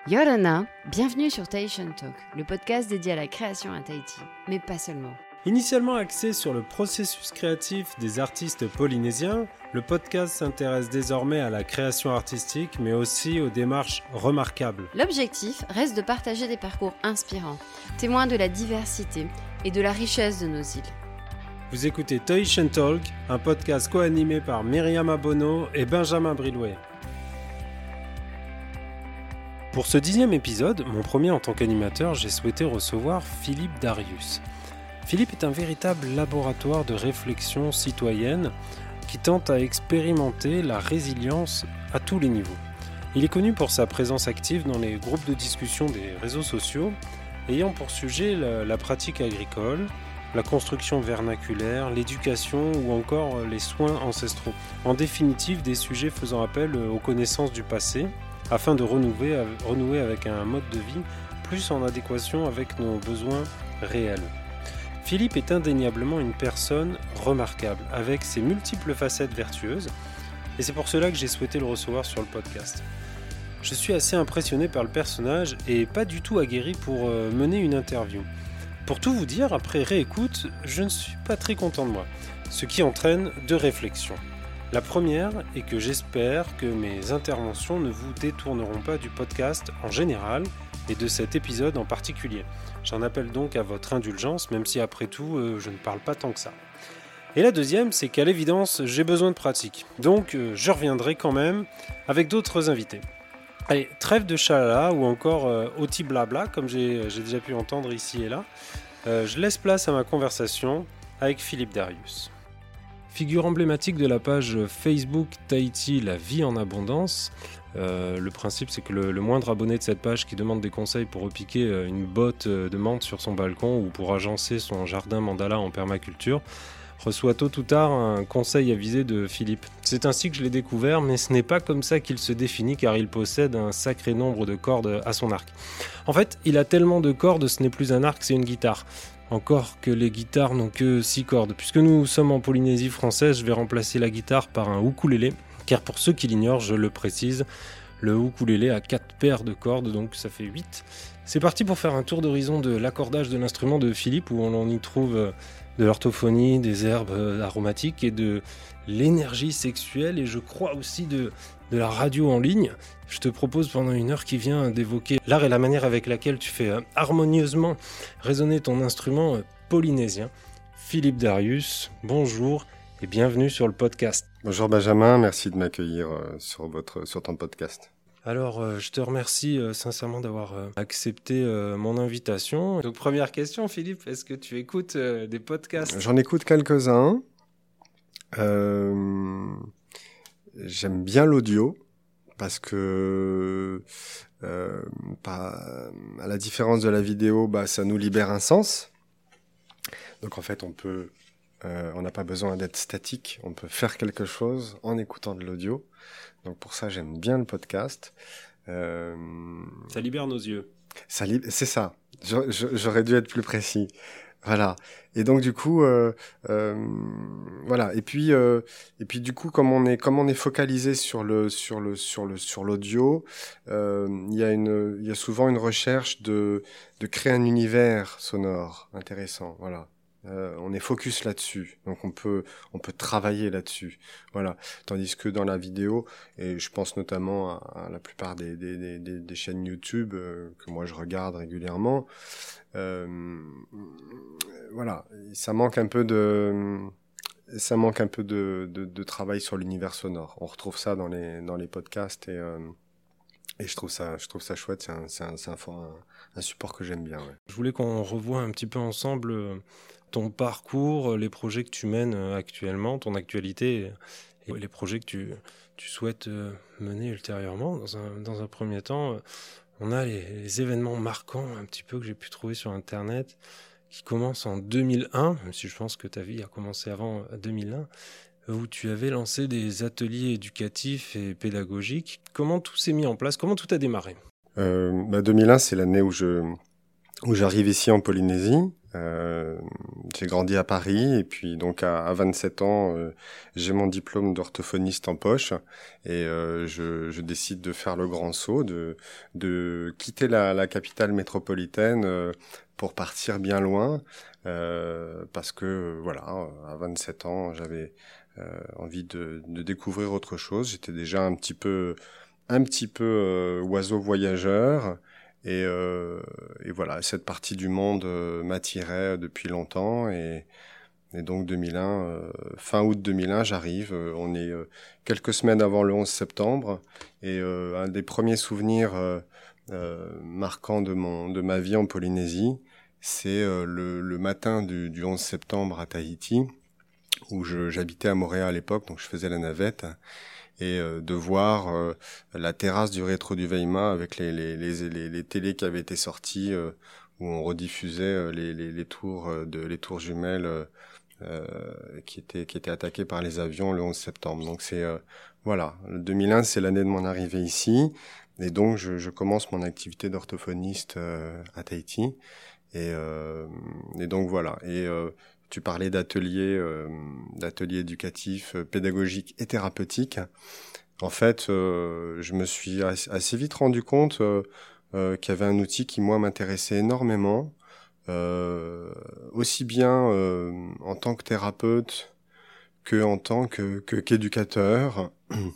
Yorana, bienvenue sur Tahitian Talk, le podcast dédié à la création à Tahiti, mais pas seulement. Initialement axé sur le processus créatif des artistes polynésiens, le podcast s'intéresse désormais à la création artistique, mais aussi aux démarches remarquables. L'objectif reste de partager des parcours inspirants, témoins de la diversité et de la richesse de nos îles. Vous écoutez Tahitian Talk, un podcast co-animé par Myriam Abono et Benjamin Brilouet. Pour ce 10e épisode, mon premier en tant qu'animateur, j'ai souhaité recevoir Philippe Darius. Philippe est un véritable laboratoire de réflexion citoyenne qui tente à expérimenter la résilience à tous les niveaux. Il est connu pour sa présence active dans les groupes de discussion des réseaux sociaux, ayant pour sujet la pratique agricole, la construction vernaculaire, l'éducation ou encore les soins ancestraux. En définitive, des sujets faisant appel aux connaissances du passé, afin de renouer avec un mode de vie plus en adéquation avec nos besoins réels. Philippe est indéniablement une personne remarquable, avec ses multiples facettes vertueuses, et c'est pour cela que j'ai souhaité le recevoir sur le podcast. Je suis assez impressionné par le personnage et pas du tout aguerri pour mener une interview. Pour tout vous dire, après réécoute, je ne suis pas très content de moi, ce qui entraîne deux réflexions. La première est que j'espère que mes interventions ne vous détourneront pas du podcast en général et de cet épisode en particulier. J'en appelle donc à votre indulgence, même si après tout, je ne parle pas tant que ça. Et la deuxième, c'est qu'à l'évidence, j'ai besoin de pratique. Donc, je reviendrai quand même avec d'autres invités. Allez, trêve de chalala ou encore oti blabla, comme j'ai déjà pu entendre ici et là. Je laisse place à ma conversation avec Philippe Darius. Figure emblématique de la page Facebook Tahiti, la vie en abondance. Le principe, c'est que le moindre abonné de cette page qui demande des conseils pour repiquer une botte de menthe sur son balcon ou pour agencer son jardin mandala en permaculture reçoit tôt ou tard un conseil avisé de Philippe. C'est ainsi que je l'ai découvert, mais ce n'est pas comme ça qu'il se définit car il possède un sacré nombre de cordes à son arc. En fait, il a tellement de cordes, ce n'est plus un arc, c'est une guitare. Encore que les guitares n'ont que 6 cordes. Puisque nous sommes en Polynésie française, je vais remplacer la guitare par un ukulélé. Car pour ceux qui l'ignorent, je le précise, le ukulélé a 4 paires de cordes, donc ça fait 8. C'est parti pour faire un tour d'horizon de l'accordage de l'instrument de Philippe, où on y trouve de l'orthophonie, des herbes aromatiques et de l'énergie sexuelle, et je crois aussi de la radio en ligne. Je te propose pendant une heure qui vient d'évoquer l'art et la manière avec laquelle tu fais harmonieusement résonner ton instrument polynésien. Philippe Darius, bonjour et bienvenue sur le podcast. Bonjour Benjamin, merci de m'accueillir sur ton podcast. Alors, je te remercie sincèrement d'avoir accepté mon invitation. Donc, première question, Philippe, est-ce que tu écoutes des podcasts ? J'en écoute quelques-uns. J'aime bien l'audio parce que, à la différence de la vidéo, ça nous libère un sens. Donc en fait, on n'a pas besoin d'être statique, on peut faire quelque chose en écoutant de l'audio. Donc pour ça, j'aime bien le podcast. Ça libère nos yeux. C'est ça. J'aurais dû être plus précis. Voilà. Et donc du coup, voilà. Et puis du coup, comme on est focalisé sur l'audio, il y a souvent une recherche de créer un univers sonore intéressant. Voilà. On est focus là-dessus, donc on peut travailler là-dessus, voilà. Tandis que dans la vidéo, et je pense notamment à la plupart des chaînes YouTube que moi je regarde régulièrement, voilà, ça manque un peu de travail sur l'univers sonore. On retrouve ça dans les podcasts et je trouve ça chouette. C'est un support que j'aime bien. Ouais. Je voulais qu'on revoie un petit peu ensemble ton parcours, les projets que tu mènes actuellement, ton actualité et les projets que tu souhaites mener ultérieurement. Dans un premier temps, on a les événements marquants un petit peu que j'ai pu trouver sur Internet qui commencent en 2001, même si je pense que ta vie a commencé avant 2001, où tu avais lancé des ateliers éducatifs et pédagogiques. Comment tout s'est mis en place ? Comment tout a démarré ? 2001, c'est l'année où j'arrive ici en Polynésie. J'ai grandi à Paris et puis donc à 27 ans, j'ai mon diplôme d'orthophoniste en poche et je décide de faire le grand saut, de quitter la capitale métropolitaine pour partir bien loin parce que voilà, à 27 ans, j'avais envie de découvrir autre chose. J'étais déjà un petit peu oiseau voyageur. Et voilà, cette partie du monde m'attirait depuis longtemps et donc 2001, fin août 2001, j'arrive. On est quelques semaines avant le 11 septembre et un des premiers souvenirs marquants de ma vie en Polynésie, c'est le matin du 11 septembre à Tahiti, où j'habitais à Montréal à l'époque, donc je faisais la navette. Et de voir la terrasse du Rétro du Veima avec les télés qui avaient été sorties où on rediffusait les tours jumelles qui étaient attaquées par les avions le 11 septembre. Donc c'est voilà, le 2001 c'est l'année de mon arrivée ici et donc je commence mon activité d'orthophoniste à Tahiti et donc voilà tu parlais d'ateliers éducatifs, pédagogiques et thérapeutiques. En fait, je me suis assez vite rendu compte qu'il y avait un outil qui, moi, m'intéressait énormément, aussi bien en tant que thérapeute que en tant qu'éducateur,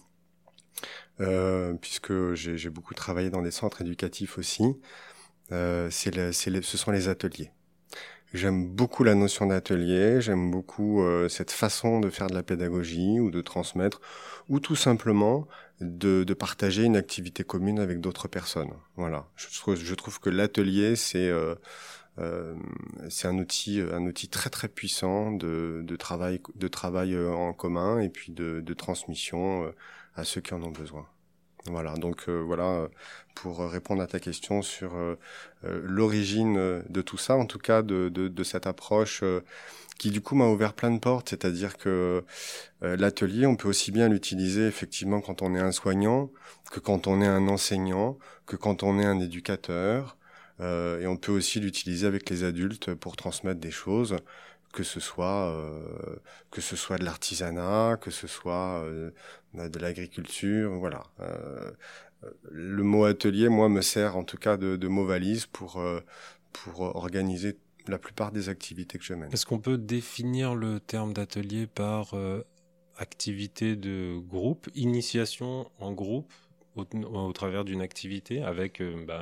puisque j'ai beaucoup travaillé dans des centres éducatifs aussi. Ce sont les ateliers. J'aime beaucoup la notion d'atelier, j'aime beaucoup cette façon de faire de la pédagogie ou de transmettre, ou tout simplement de partager une activité commune avec d'autres personnes. Voilà, je trouve que l'atelier c'est un outil très très puissant de travail en commun et puis de transmission à ceux qui en ont besoin. Voilà, donc pour répondre à ta question sur l'origine de tout ça, en tout cas de cette approche qui du coup m'a ouvert plein de portes, c'est-à-dire que l'atelier, on peut aussi bien l'utiliser effectivement quand on est un soignant, que quand on est un enseignant, que quand on est un éducateur, et on peut aussi l'utiliser avec les adultes pour transmettre des choses, que ce soit de l'artisanat, que ce soit de l'agriculture, voilà. Le mot atelier, moi, me sert en tout cas de mot valise pour organiser la plupart des activités que je mène. Est-ce qu'on peut définir le terme d'atelier par activité de groupe, initiation en groupe au travers d'une activité avec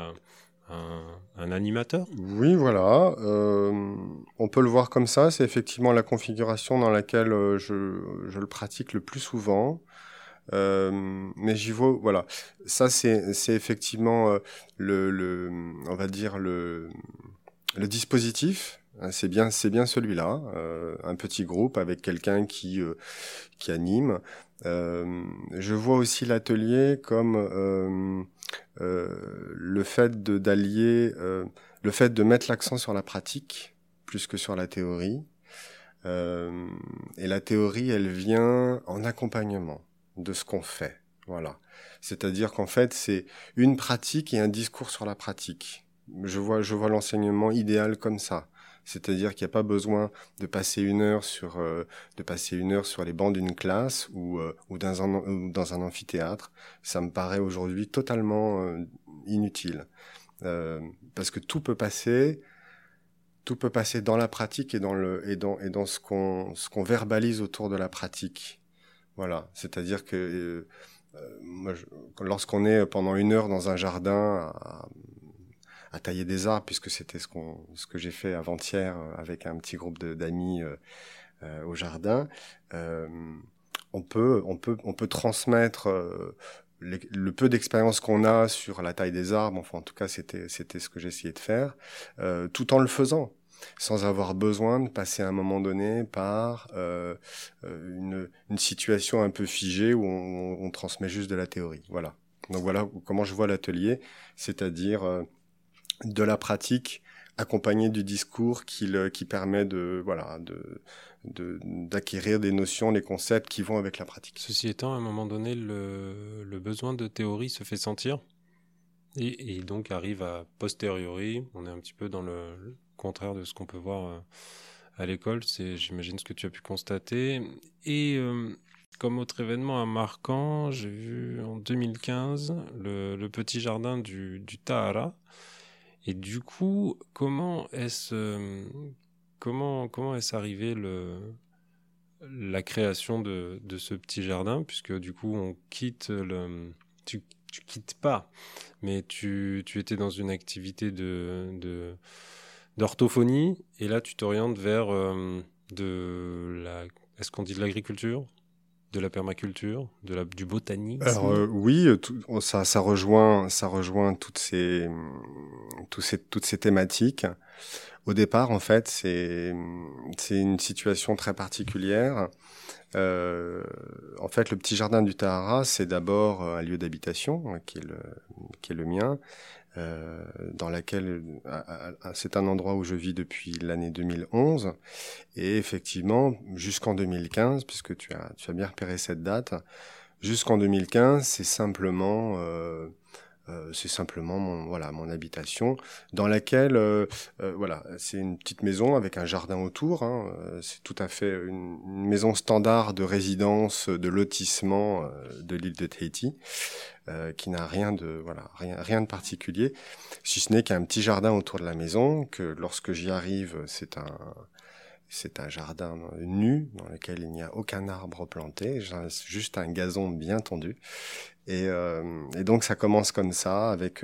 un animateur ? Oui, voilà. On peut le voir comme ça. C'est effectivement la configuration dans laquelle je le pratique le plus souvent. Mais j'y vois, voilà. Ça, c'est effectivement on va dire le dispositif. C'est bien celui-là. Un petit groupe avec quelqu'un qui anime. Je vois aussi l'atelier comme le fait le fait de mettre l'accent sur la pratique plus que sur la théorie. Et la théorie, elle vient en accompagnement de ce qu'on fait. Voilà. C'est-à-dire qu'en fait, c'est une pratique et un discours sur la pratique. Je vois l'enseignement idéal comme ça. C'est-à-dire qu'il n'y a pas besoin de passer une heure sur les bancs d'une classe ou dans un amphithéâtre. Ça me paraît aujourd'hui totalement inutile. Parce que tout peut passer dans la pratique et dans ce qu'on verbalise autour de la pratique. Voilà, c'est-à-dire que lorsqu'on est pendant une heure dans un jardin à tailler des arbres, puisque c'était ce que j'ai fait avant-hier avec un petit groupe d'amis au jardin, on peut transmettre le peu d'expérience qu'on a sur la taille des arbres. Enfin, en tout cas, c'était ce que j'essayais de faire, tout en le faisant, sans avoir besoin de passer à un moment donné par une situation un peu figée où on transmet juste de la théorie. Voilà. Donc voilà comment je vois l'atelier, c'est-à-dire de la pratique accompagnée du discours qui permet d'acquérir des notions, des concepts qui vont avec la pratique. Ceci étant, à un moment donné, le besoin de théorie se fait sentir et donc arrive à posteriori. On est un petit peu dans le contraire de ce qu'on peut voir à l'école. C'est, j'imagine, ce que tu as pu constater. Et comme autre événement marquant, j'ai vu en 2015 le petit jardin du Tahara. Et du coup, comment est-ce arrivé la création de ce petit jardin, puisque du coup on quitte tu quittes pas, mais tu étais dans une activité d'orthophonie, et là tu t'orientes vers est-ce qu'on dit de l'agriculture, de la permaculture, du botanisme? Alors oui, ça rejoint toutes ces thématiques. Au départ, en fait, c'est une situation très particulière. En fait, le petit jardin du Tahara, c'est d'abord un lieu d'habitation qui est le mien, dans laquelle c'est un endroit où je vis depuis l'année 2011, et effectivement jusqu'en 2015, puisque tu as bien repéré cette date, jusqu'en 2015, c'est simplement mon habitation, dans laquelle c'est une petite maison avec un jardin autour. C'est tout à fait une maison standard de résidence, de lotissement de l'île de Tahiti, qui n'a rien de particulier, si ce n'est qu'un petit jardin autour de la maison, que lorsque j'y arrive, c'est un jardin nu dans lequel il n'y a aucun arbre planté, juste un gazon bien tondu. Et donc ça commence comme ça, avec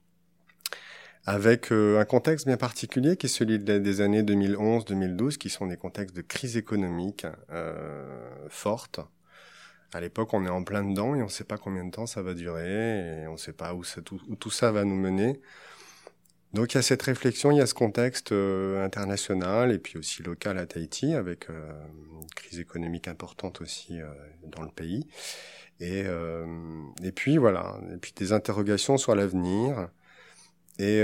un contexte bien particulier qui est celui des années 2011-2012, qui sont des contextes de crise économique forte. À l'époque, on est en plein dedans et on ne sait pas combien de temps ça va durer, et on ne sait pas où tout ça va nous mener. Donc il y a cette réflexion, il y a ce contexte international et puis aussi local à Tahiti, avec une crise économique importante aussi dans le pays. Et puis voilà, et puis des interrogations sur l'avenir et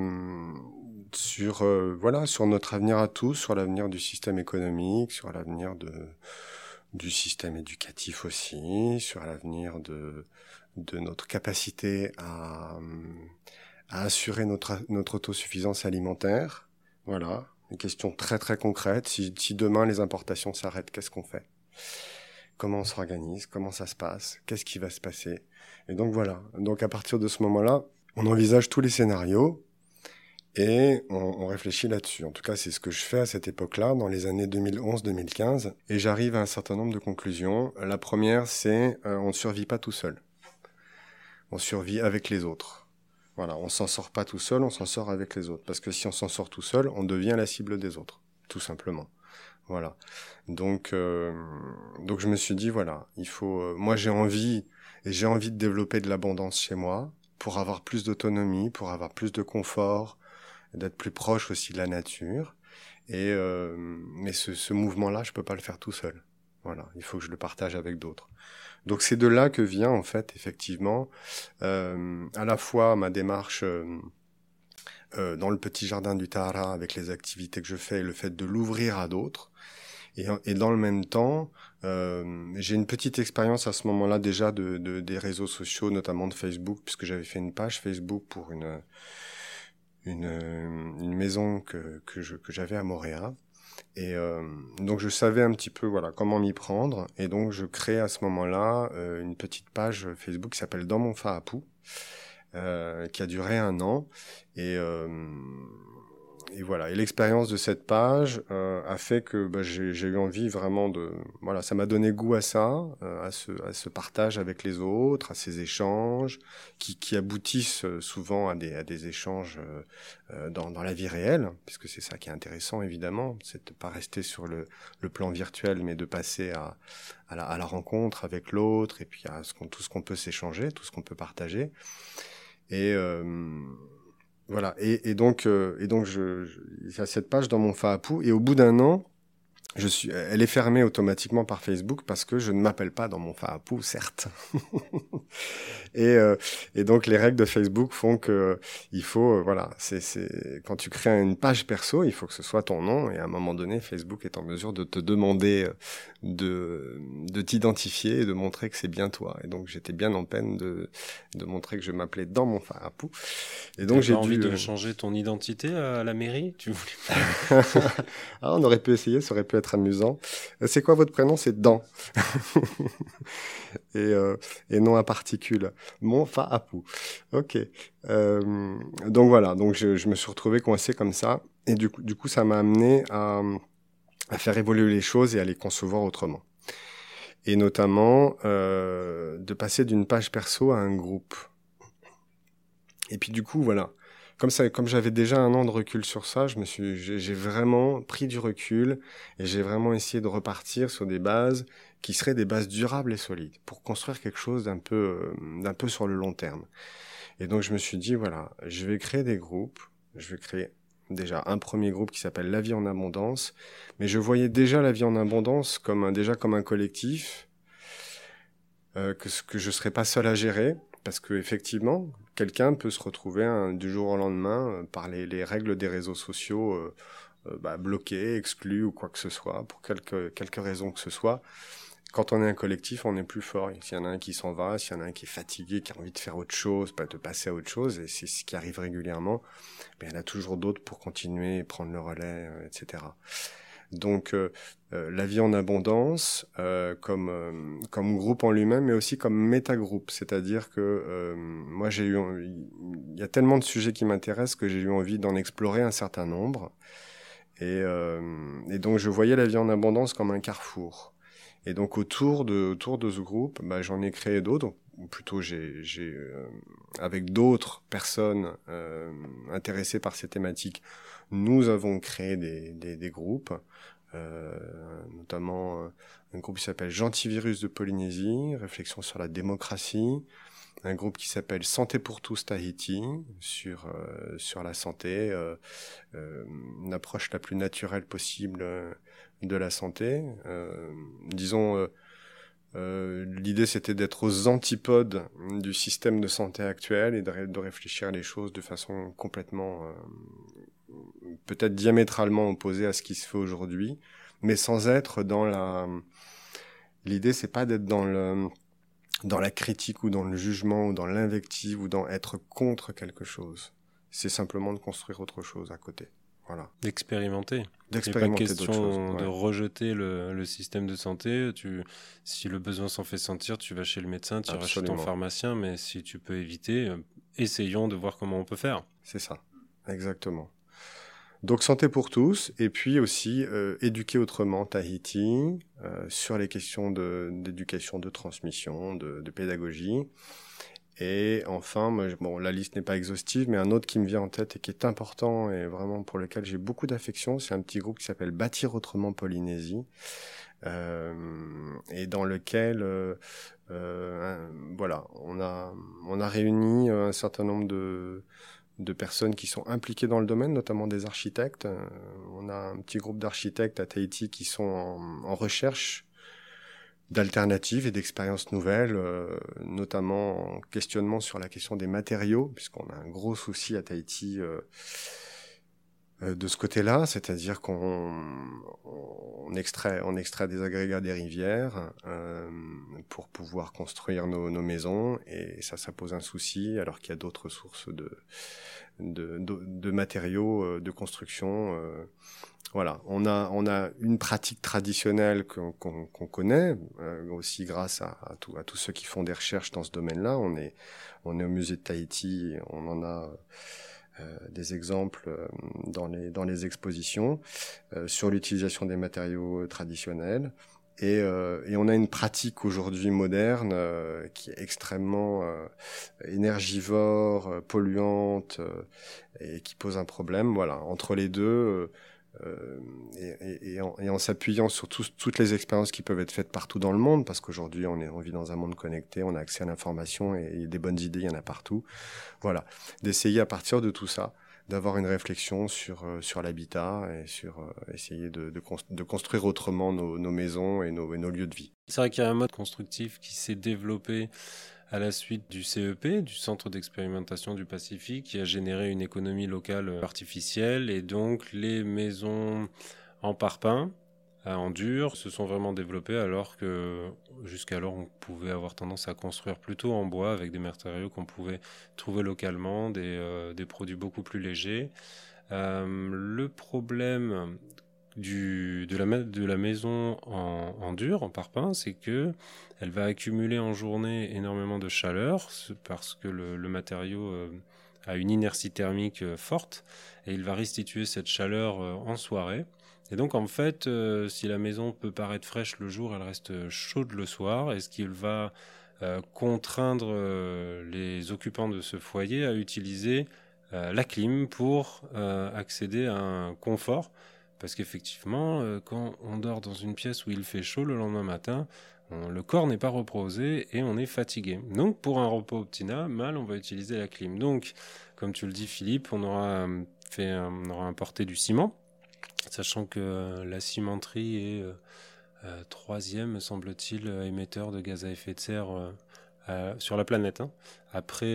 sur notre avenir à tous, sur l'avenir du système économique, sur l'avenir du système éducatif aussi, sur l'avenir de notre capacité à assurer notre autosuffisance alimentaire. Voilà, une question très très concrète. Si demain les importations s'arrêtent, qu'est-ce qu'on fait ? Comment on s'organise? Comment ça se passe? Qu'est-ce qui va se passer? Et donc voilà. Donc à partir de ce moment-là, on envisage tous les scénarios et on réfléchit là-dessus. En tout cas, c'est ce que je fais à cette époque-là, dans les années 2011-2015. Et j'arrive à un certain nombre de conclusions. La première, c'est on ne survit pas tout seul. On survit avec les autres. Voilà, on s'en sort pas tout seul, on s'en sort avec les autres. Parce que si on s'en sort tout seul, on devient la cible des autres, tout simplement. Voilà. Donc je me suis dit, voilà, il faut. Moi, j'ai envie de développer de l'abondance chez moi pour avoir plus d'autonomie, pour avoir plus de confort, d'être plus proche aussi de la nature. Et mais ce mouvement-là, je peux pas le faire tout seul. Voilà, il faut que je le partage avec d'autres. Donc c'est de là que vient en fait effectivement à la fois ma démarche dans le petit jardin du Tahara avec les activités que je fais et le fait de l'ouvrir à d'autres. Et dans le même temps, j'ai une petite expérience à ce moment-là déjà des réseaux sociaux, notamment de Facebook, puisque j'avais fait une page Facebook pour une maison que j'avais à Moorea. Et donc je savais un petit peu comment m'y prendre, et donc je crée à ce moment-là une petite page Facebook qui s'appelle Dans mon Fa'apu, qui a duré 1 an, et voilà. Et l'expérience de cette page a fait que j'ai eu envie vraiment ça m'a donné goût à ça, à ce partage avec les autres, à ces échanges qui aboutissent souvent à des échanges dans la vie réelle, puisque c'est ça qui est intéressant évidemment, c'est de pas rester sur le plan virtuel, mais de passer à la rencontre avec l'autre, et puis à tout ce qu'on peut s'échanger, tout ce qu'on peut partager. Et voilà. Et donc, il y a cette page dans mon Fa'apu, et au bout d'1 an, elle est fermée automatiquement par Facebook parce que je ne m'appelle pas dans mon Faapou, certes. Et donc les règles de Facebook font que il faut, voilà, quand tu crées une page perso, il faut que ce soit ton nom, et à un moment donné, Facebook est en mesure de te demander de t'identifier et de montrer que c'est bien toi. Et donc j'étais bien en peine de montrer que je m'appelais dans mon Faapou. Et donc j'ai envie de changer ton identité à la mairie, tu voulais Ah, on aurait pu essayer, ça aurait pu être amusant. C'est quoi votre prénom? C'est Dan. Et non à particule. Mon Faapou. Ok. Donc voilà. Donc je me suis retrouvé coincé comme ça. Et du coup, ça m'a amené à faire évoluer les choses et à les concevoir autrement. Et notamment de passer d'une page perso à un groupe. Et puis du coup, voilà. Comme j'avais déjà un an de recul sur ça, j'ai vraiment pris du recul et j'ai vraiment essayé de repartir sur des bases qui seraient des bases durables et solides pour construire quelque chose d'un peu sur le long terme. Et donc je me suis dit, voilà, je vais créer des groupes. Je vais créer déjà un premier groupe qui s'appelle La Vie en Abondance, mais je voyais déjà La Vie en Abondance comme un collectif, que je serais pas seul à gérer. Parce que effectivement, quelqu'un peut se retrouver du jour au lendemain par les règles des réseaux sociaux bloqué, exclu ou quoi que ce soit, pour quelques raisons que ce soit. Quand on est un collectif, on est plus fort. S'il y en a un qui s'en va, s'il y en a un qui est fatigué, qui a envie de faire autre chose, de passer à autre chose, et c'est ce qui arrive régulièrement, mais il y en a toujours d'autres pour continuer, prendre le relais, etc. Donc La Vie en Abondance comme groupe en lui-même, mais aussi comme métagroupe, c'est-à-dire que moi il y a tellement de sujets qui m'intéressent que j'ai eu envie d'en explorer un certain nombre, et donc je voyais La Vie en Abondance comme un carrefour. Et donc autour de ce groupe, j'en ai créé d'autres, ou plutôt j'ai avec d'autres personnes intéressées par ces thématiques, nous avons créé des groupes, notamment un groupe qui s'appelle Gentivirus de Polynésie, réflexion sur la démocratie, un groupe qui s'appelle Santé pour tous Tahiti, sur la santé, une approche la plus naturelle possible de la santé. Disons, l'idée c'était d'être aux antipodes du système de santé actuel et de réfléchir les choses de façon complètement peut-être diamétralement opposée à ce qui se fait aujourd'hui, mais sans être dans l'idée c'est pas d'être dans la critique ou dans le jugement ou dans l'invective ou dans être contre quelque chose. C'est simplement de construire autre chose à côté. Voilà. D'expérimenter. D'expérimenter d'autres choses. Il n'est pas question de rejeter le système de santé. Si le besoin s'en fait sentir, tu vas chez le médecin, tu vas chez ton pharmacien, mais si tu peux éviter, essayons de voir comment on peut faire. C'est ça, exactement. Donc Santé pour tous, et puis aussi Éduquer autrement Tahiti, sur les questions d'éducation, de transmission, de pédagogie. Et enfin, la liste n'est pas exhaustive, mais un autre qui me vient en tête et qui est important et vraiment pour lequel j'ai beaucoup d'affection, c'est un petit groupe qui s'appelle Bâtir autrement Polynésie, et dans lequel, on a réuni un certain nombre de personnes qui sont impliquées dans le domaine, notamment des architectes. On a un petit groupe d'architectes à Tahiti qui sont en recherche d'alternatives et d'expériences nouvelles, notamment en questionnement sur la question des matériaux, puisqu'on a un gros souci à Tahiti de ce côté-là, c'est-à-dire qu'on extrait des agrégats des rivières pour pouvoir construire nos maisons, et ça pose un souci, alors qu'il y a d'autres sources de matériaux de construction. Voilà, on a une pratique traditionnelle qu'on connaît, aussi grâce à tous ceux qui font des recherches dans ce domaine-là. On est au musée de Tahiti, on en a des exemples dans les expositions sur l'utilisation des matériaux traditionnels. Et on a une pratique aujourd'hui moderne qui est extrêmement énergivore, polluante, et qui pose un problème. Voilà, entre les deux. Et en s'appuyant sur toutes les expériences qui peuvent être faites partout dans le monde, parce qu'aujourd'hui on vit dans un monde connecté, on a accès à l'information et des bonnes idées, il y en a partout. Voilà, d'essayer à partir de tout ça d'avoir une réflexion sur l'habitat et sur essayer de construire autrement nos maisons et nos lieux de vie. C'est vrai qu'il y a un mode constructif qui s'est développé à la suite du CEP, du Centre d'expérimentation du Pacifique, qui a généré une économie locale artificielle, et donc les maisons en parpaing, en dur, se sont vraiment développées, alors que jusqu'alors on pouvait avoir tendance à construire plutôt en bois avec des matériaux qu'on pouvait trouver localement, des produits beaucoup plus légers. Le problème de la maison en dur, en parpaing, c'est que elle va accumuler en journée énormément de chaleur parce que le matériau a une inertie thermique forte, et il va restituer cette chaleur en soirée. Et donc en fait, si la maison peut paraître fraîche le jour, elle reste chaude le soir, et ce qui va contraindre les occupants de ce foyer à utiliser la clim pour accéder à un confort. Parce qu'effectivement, quand on dort dans une pièce où il fait chaud le lendemain matin, le corps n'est pas reposé et on est fatigué. Donc pour un repos optimal, on va utiliser la clim. Donc, comme tu le dis Philippe, on aura importé du ciment, sachant que la cimenterie est troisième, me semble-t-il, émetteur de gaz à effet de serre sur la planète, hein. Après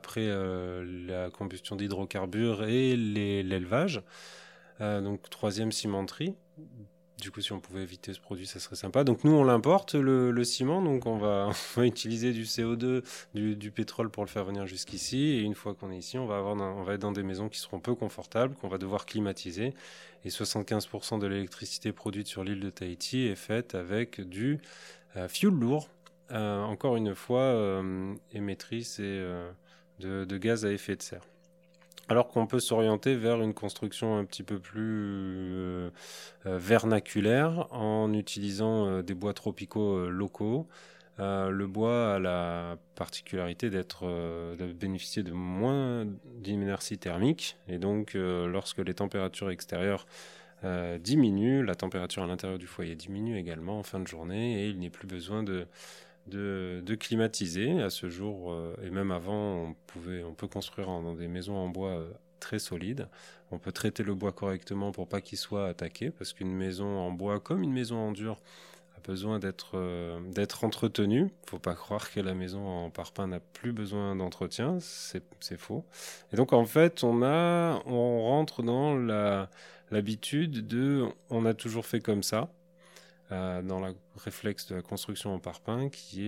la combustion d'hydrocarbures et l'élevage. Donc troisième cimenterie. Du coup, si on pouvait éviter ce produit, ça serait sympa. Donc nous, on l'importe, le ciment. Donc on va utiliser du CO2, du pétrole pour le faire venir jusqu'ici. Et une fois qu'on est ici, on va être dans des maisons qui seront peu confortables, qu'on va devoir climatiser. Et 75% de l'électricité produite sur l'île de Tahiti est faite avec du fioul lourd. Encore une fois, émettrice de gaz à effet de serre. Alors qu'on peut s'orienter vers une construction un petit peu plus vernaculaire en utilisant des bois tropicaux locaux. Le bois a la particularité de bénéficier de moins d'inertie thermique, et donc lorsque les températures extérieures diminuent, la température à l'intérieur du foyer diminue également en fin de journée, et il n'est plus besoin de climatiser. À ce jour, et même avant, on peut construire dans des maisons en bois très solides. On peut traiter le bois correctement pour pas qu'il soit attaqué, parce qu'une maison en bois, comme une maison en dur, a besoin d'être entretenue. Faut pas croire que la maison en parpaing n'a plus besoin d'entretien, c'est faux. Et donc en fait, on rentre dans l'habitude on a toujours fait comme ça. Dans le réflexe de la construction en parpaing, qui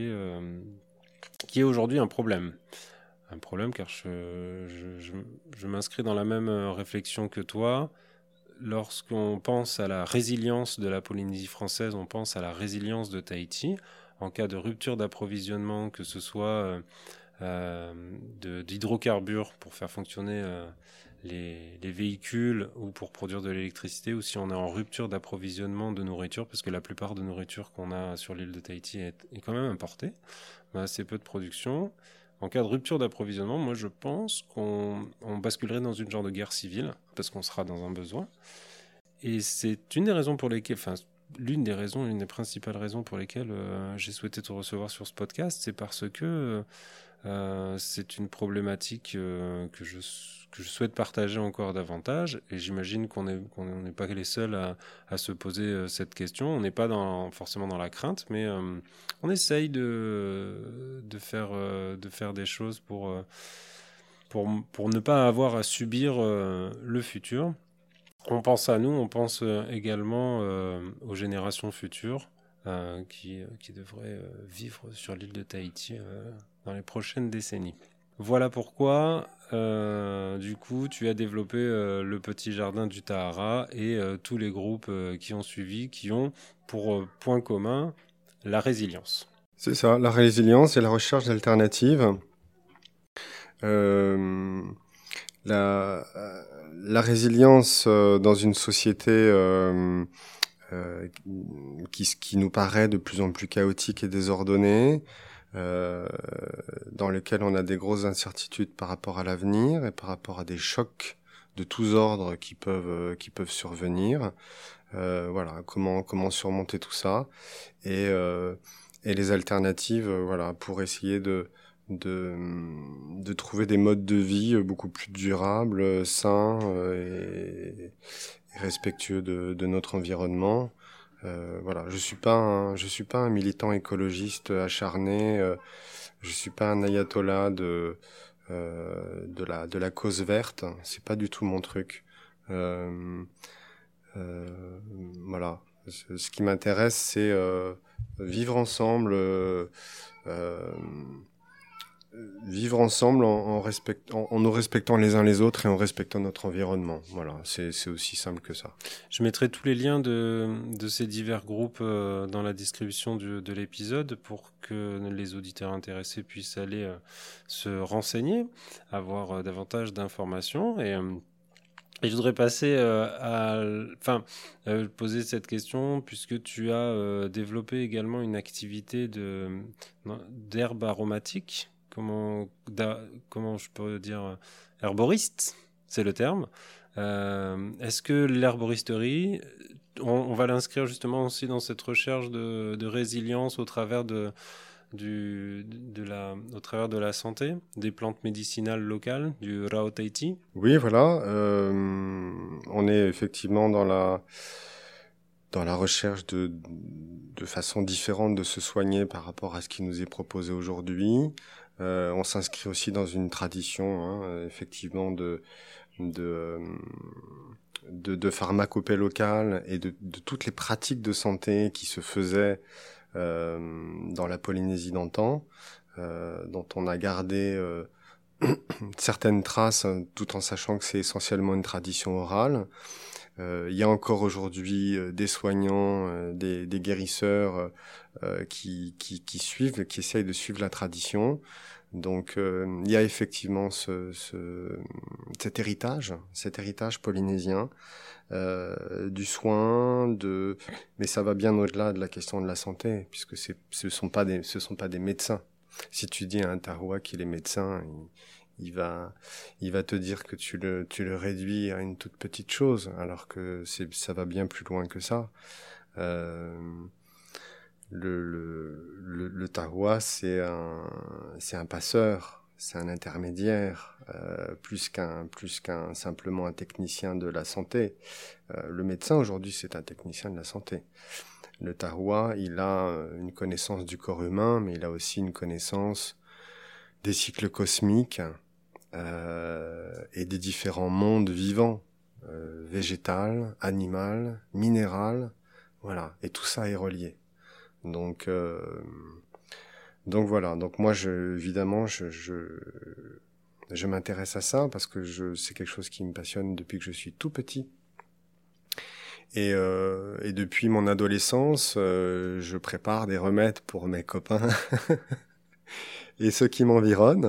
est aujourd'hui un problème. Un problème car je m'inscris dans la même réflexion que toi. Lorsqu'on pense à la résilience de la Polynésie française, on pense à la résilience de Tahiti. En cas de rupture d'approvisionnement, que ce soit d'hydrocarbures pour faire fonctionner les véhicules ou pour produire de l'électricité, ou si on est en rupture d'approvisionnement de nourriture, parce que la plupart de nourriture qu'on a sur l'île de Tahiti est quand même importée, on a assez peu de production. En cas de rupture d'approvisionnement, moi je pense qu'on basculerait dans une genre de guerre civile, parce qu'on sera dans un besoin. Et c'est une des principales raisons pour lesquelles j'ai souhaité te recevoir sur ce podcast, c'est parce que c'est une problématique que je souhaite partager encore davantage, et j'imagine qu'on n'est pas les seuls à se poser cette question. On n'est pas forcément dans la crainte, mais on essaye de faire des choses pour ne pas avoir à subir le futur. On pense à nous, on pense également aux générations futures qui devraient vivre sur l'île de Tahiti dans les prochaines décennies. Voilà pourquoi, du coup, tu as développé le petit jardin du Tahara et tous les groupes qui ont suivi, qui ont pour point commun la résilience. C'est ça, la résilience et la recherche d'alternatives. La résilience dans une société qui nous paraît de plus en plus chaotique et désordonnée, dans lequel on a des grosses incertitudes par rapport à l'avenir et par rapport à des chocs de tous ordres qui peuvent survenir. Voilà, comment surmonter tout ça, et les alternatives, voilà, pour essayer de de trouver des modes de vie beaucoup plus durables, sains et respectueux de notre environnement. Voilà, je suis pas un militant écologiste acharné. Je suis pas un ayatollah de la cause verte. C'est pas du tout mon truc. Voilà. Ce qui m'intéresse, c'est vivre ensemble. Vivre ensemble en nous respectant les uns les autres et en respectant notre environnement. Voilà, c'est aussi simple que ça. Je mettrai tous les liens de ces divers groupes dans la description de l'épisode pour que les auditeurs intéressés puissent aller se renseigner, avoir davantage d'informations et je voudrais passer poser cette question puisque tu as développé également une activité d'herbe aromatique. Comment je peux dire herboriste, c'est le terme. Est-ce que l'herboristerie, on va l'inscrire justement aussi dans cette recherche de résilience au travers de la santé, des plantes médicinales locales, du Rao Tahiti? Oui, voilà. On est effectivement dans la recherche de façons différentes de se soigner par rapport à ce qui nous est proposé aujourd'hui. On s'inscrit aussi dans une tradition, effectivement, de pharmacopée locale et de toutes les pratiques de santé qui se faisaient dans la Polynésie d'antan, dont on a gardé certaines traces, tout en sachant que c'est essentiellement une tradition orale. Il y a encore aujourd'hui des soignants, des guérisseurs qui suivent, qui essayent de suivre la tradition. Donc il y a effectivement cet héritage polynésien du soin, mais ça va bien au-delà de la question de la santé, puisque ce sont pas des médecins. Si tu dis à un Tahoua qu'il est médecin, il va te dire que tu le réduis à une toute petite chose, alors que ça va bien plus loin que ça. Le Tahoua, c'est un passeur, c'est un intermédiaire, plus qu'un simplement un technicien de la santé. Le médecin aujourd'hui, c'est un technicien de la santé. Le Tahoua, il a une connaissance du corps humain, mais il a aussi une connaissance des cycles cosmiques et des différents mondes vivants, végétal, animal, minéral, voilà. Et tout ça est relié. Donc voilà. Donc moi, évidemment, je m'intéresse à ça parce que c'est quelque chose qui me passionne depuis que je suis tout petit. Et depuis mon adolescence, je prépare des remèdes pour mes copains et ceux qui m'environnent.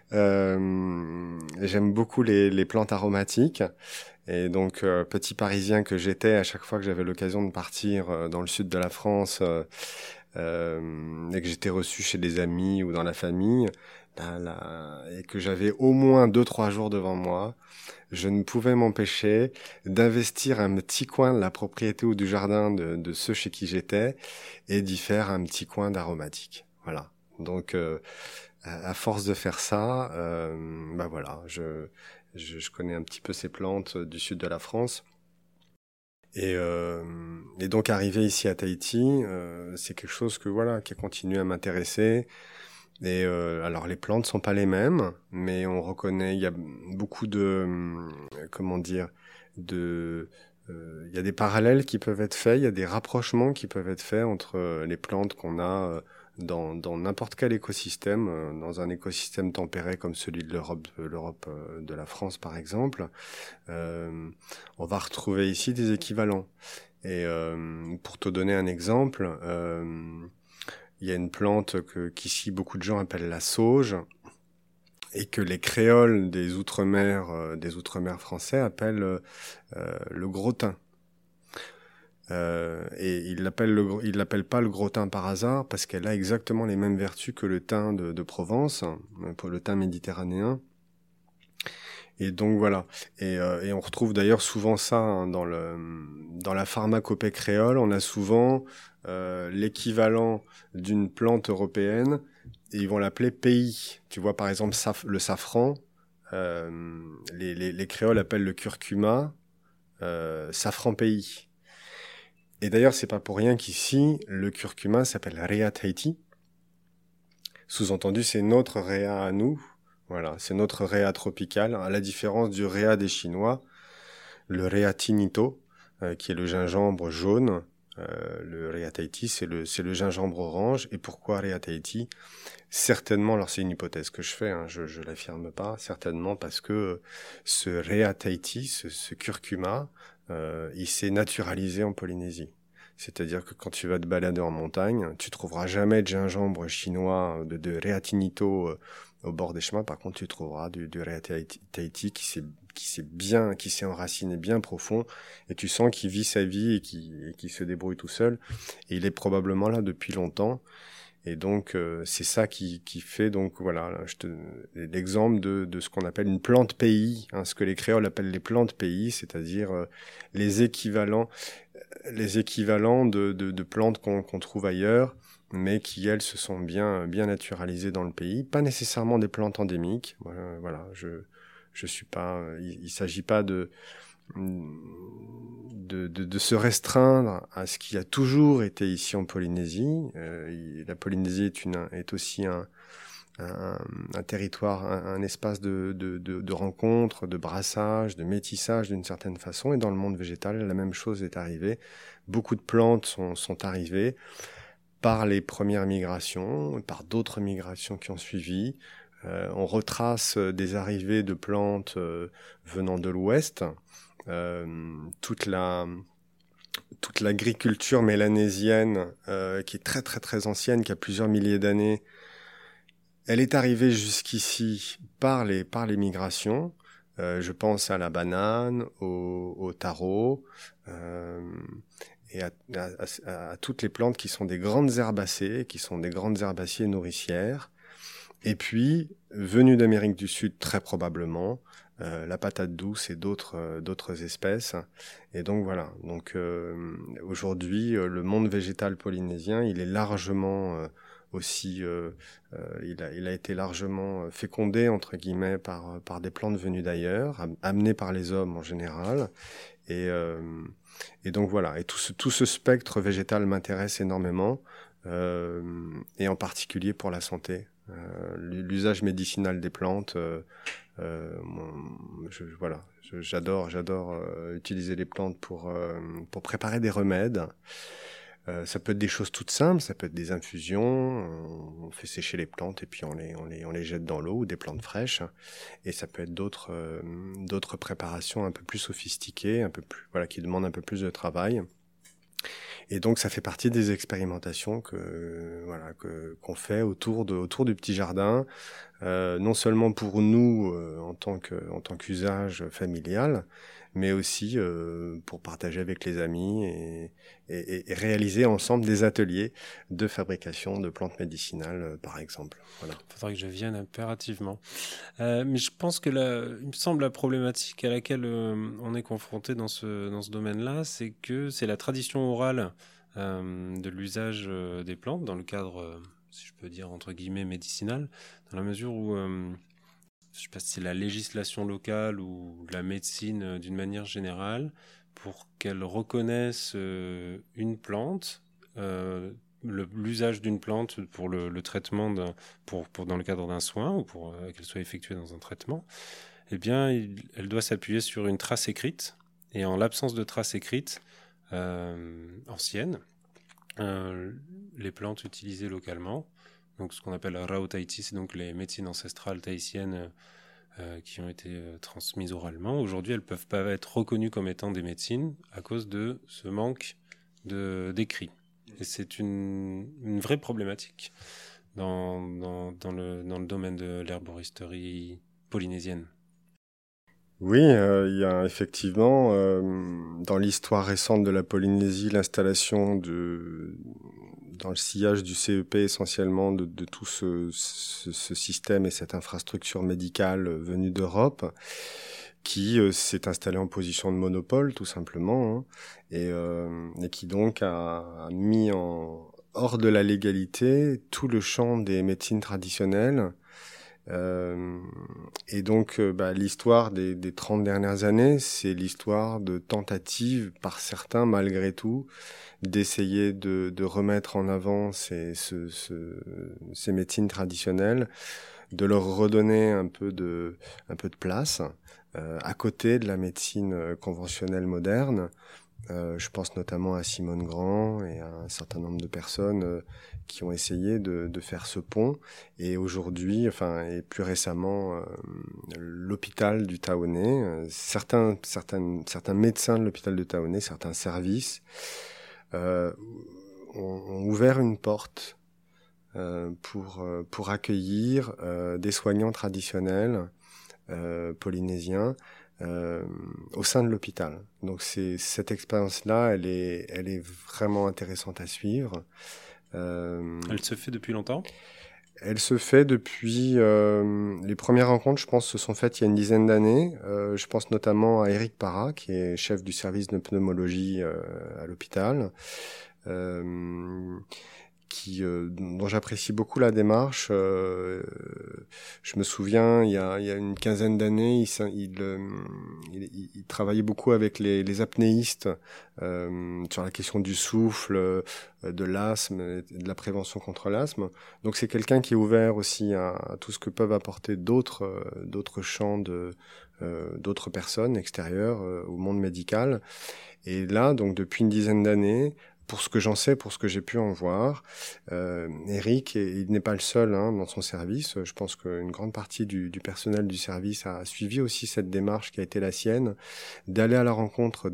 J'aime beaucoup les plantes aromatiques. Et donc, petit Parisien que j'étais, à chaque fois que j'avais l'occasion de partir dans le sud de la France et que j'étais reçu chez des amis ou dans la famille, et que j'avais au moins 2-3 jours devant moi, je ne pouvais m'empêcher d'investir un petit coin de la propriété ou du jardin de ceux chez qui j'étais et d'y faire un petit coin d'aromatique. Voilà. Donc, à force de faire ça, voilà, je connais un petit peu ces plantes du sud de la France. Et donc, arrivé ici à Tahiti, c'est quelque chose qui a continué à m'intéresser. Et alors les plantes sont pas les mêmes, mais on reconnaît, il y a beaucoup il y a des parallèles qui peuvent être faits, il y a des rapprochements qui peuvent être faits entre les plantes qu'on a dans n'importe quel écosystème, dans un écosystème tempéré comme celui de l'Europe de la France par exemple. On va retrouver ici des équivalents. Et pour te donner un exemple, il y a une plante qu'ici beaucoup de gens appellent la sauge et que les créoles des outre-mer français appellent le gros thym. Et ils l'appellent pas le gros thym par hasard parce qu'elle a exactement les mêmes vertus que le thym de Provence, pour le thym méditerranéen. Et donc voilà. Et on retrouve d'ailleurs souvent ça dans la pharmacopée créole. On a souvent l'équivalent d'une plante européenne et ils vont l'appeler pays. Tu vois, par exemple, le safran, les créoles appellent le curcuma safran pays. Et d'ailleurs, c'est pas pour rien qu'ici, le curcuma s'appelle Rhea Tahiti. Sous-entendu, c'est notre Rhea à nous. Voilà, c'est notre Rhea tropical, à la différence du Rhea des Chinois, le Rhea tinito, qui est le gingembre jaune. Le Rhea Tahiti, c'est le gingembre orange. Et pourquoi Rhea Tahiti ? Certainement, alors c'est une hypothèse que je fais, hein, je l'affirme pas, certainement parce que ce Rhea Tahiti, ce curcuma, il s'est naturalisé en Polynésie. C'est-à-dire que quand tu vas te balader en montagne, tu trouveras jamais de gingembre chinois, de Rhea tinito au bord des chemins. Par contre, tu trouveras du Rhea Tahiti qui s'est enraciné bien profond, et tu sens qu'il vit sa vie et qui se débrouille tout seul. Et il est probablement là depuis longtemps. Et donc, c'est ça qui fait, donc voilà, l'exemple de ce qu'on appelle une plante pays, hein, ce que les créoles appellent les plantes pays, c'est-à-dire les équivalents de plantes qu'on trouve ailleurs, mais qui, elles, se sont bien naturalisées dans le pays. Pas nécessairement des plantes endémiques. Voilà, je suis pas, il s'agit pas de se restreindre à ce qui a toujours été ici en Polynésie. La Polynésie est aussi un territoire, un espace de rencontre, de brassage, de métissage d'une certaine façon. Et dans le monde végétal, la même chose est arrivée. Beaucoup de plantes sont arrivées par les premières migrations, par d'autres migrations qui ont suivi. On retrace des arrivées de plantes venant de l'ouest. Toute l'agriculture mélanésienne, qui est très très très ancienne, qui a plusieurs milliers d'années, elle est arrivée jusqu'ici par les migrations. Je pense à la banane, au taro, et à toutes les plantes qui sont des grandes herbacées, qui sont des grandes herbacées nourricières. Et puis, venues d'Amérique du Sud très probablement, la patate douce et d'autres espèces. Et donc voilà. Donc aujourd'hui, le monde végétal polynésien, il est largement aussi, il a été largement fécondé entre guillemets par des plantes venues d'ailleurs, amenées par les hommes en général. Et donc voilà. Et tout ce spectre végétal m'intéresse énormément, et en particulier pour la santé. L'usage médicinal des plantes, j'adore utiliser les plantes pour préparer des remèdes. Ça peut être des choses toutes simples, ça peut être des infusions, on fait sécher les plantes et puis on les jette dans l'eau, ou des plantes fraîches, et ça peut être d'autres préparations un peu plus sophistiquées, un peu plus, voilà, qui demandent un peu plus de travail. Et donc ça fait partie des expérimentations qu'on fait autour du petit jardin, non seulement pour nous en tant qu'usage familial, mais aussi pour partager avec les amis et réaliser ensemble des ateliers de fabrication de plantes médicinales, par exemple. Voilà. Il faudrait que je vienne impérativement. Mais je pense que il me semble la problématique à laquelle on est confronté dans ce domaine-là, c'est que c'est la tradition orale de l'usage des plantes dans le cadre, si je peux dire, entre guillemets, médicinal, dans la mesure où je ne sais pas si c'est la législation locale ou la médecine d'une manière générale, pour qu'elle reconnaisse une plante, l'usage d'une plante pour le traitement dans le cadre d'un soin, ou pour qu'elle soit effectuée dans un traitement, eh bien, elle doit s'appuyer sur une trace écrite. Et en l'absence de trace écrite ancienne, les plantes utilisées localement, donc ce qu'on appelle la Rao Tahiti, c'est donc les médecines ancestrales tahitiennes qui ont été transmises oralement. Aujourd'hui, elles ne peuvent pas être reconnues comme étant des médecines à cause de ce manque d'écrit. Et c'est une vraie problématique dans le domaine de l'herboristerie polynésienne. Oui, il y a effectivement, dans l'histoire récente de la Polynésie, l'installation dans le sillage du CEP essentiellement de tout ce système et cette infrastructure médicale venue d'Europe, qui s'est installée en position de monopole tout simplement, hein, et qui donc a mis hors de la légalité tout le champ des médecines traditionnelles. Et donc, l'histoire des 30 dernières années, c'est l'histoire de tentatives par certains, malgré tout, d'essayer de remettre en avant ces médecines traditionnelles, de leur redonner un peu de place, à côté de la médecine conventionnelle moderne. Je pense notamment à Simone Grand et à un certain nombre de personnes qui ont essayé de faire ce pont. Et aujourd'hui, et plus récemment, l'hôpital du Taonnet, certains médecins de l'hôpital de Taonnet, certains services ont ouvert une porte pour accueillir des soignants traditionnels polynésiens au sein de l'hôpital. Donc cette expérience-là, elle est vraiment intéressante à suivre. Elle se fait depuis longtemps ? Elle se fait depuis... les premières rencontres, je pense, se sont faites il y a une dizaine d'années. Je pense notamment à Eric Parra, qui est chef du service de pneumologie à l'hôpital, dont j'apprécie beaucoup la démarche. Je me souviens, il y a une quinzaine d'années, il travaillait beaucoup avec les apnéistes sur la question du souffle, de l'asthme, et de la prévention contre l'asthme. Donc c'est quelqu'un qui est ouvert aussi à tout ce que peuvent apporter d'autres champs d'autres personnes extérieures au monde médical. Et là, donc depuis une dizaine d'années, pour ce que j'en sais, pour ce que j'ai pu en voir, Eric, il n'est pas le seul dans son service. Je pense qu'une grande partie du personnel du service a suivi aussi cette démarche qui a été la sienne, d'aller à la rencontre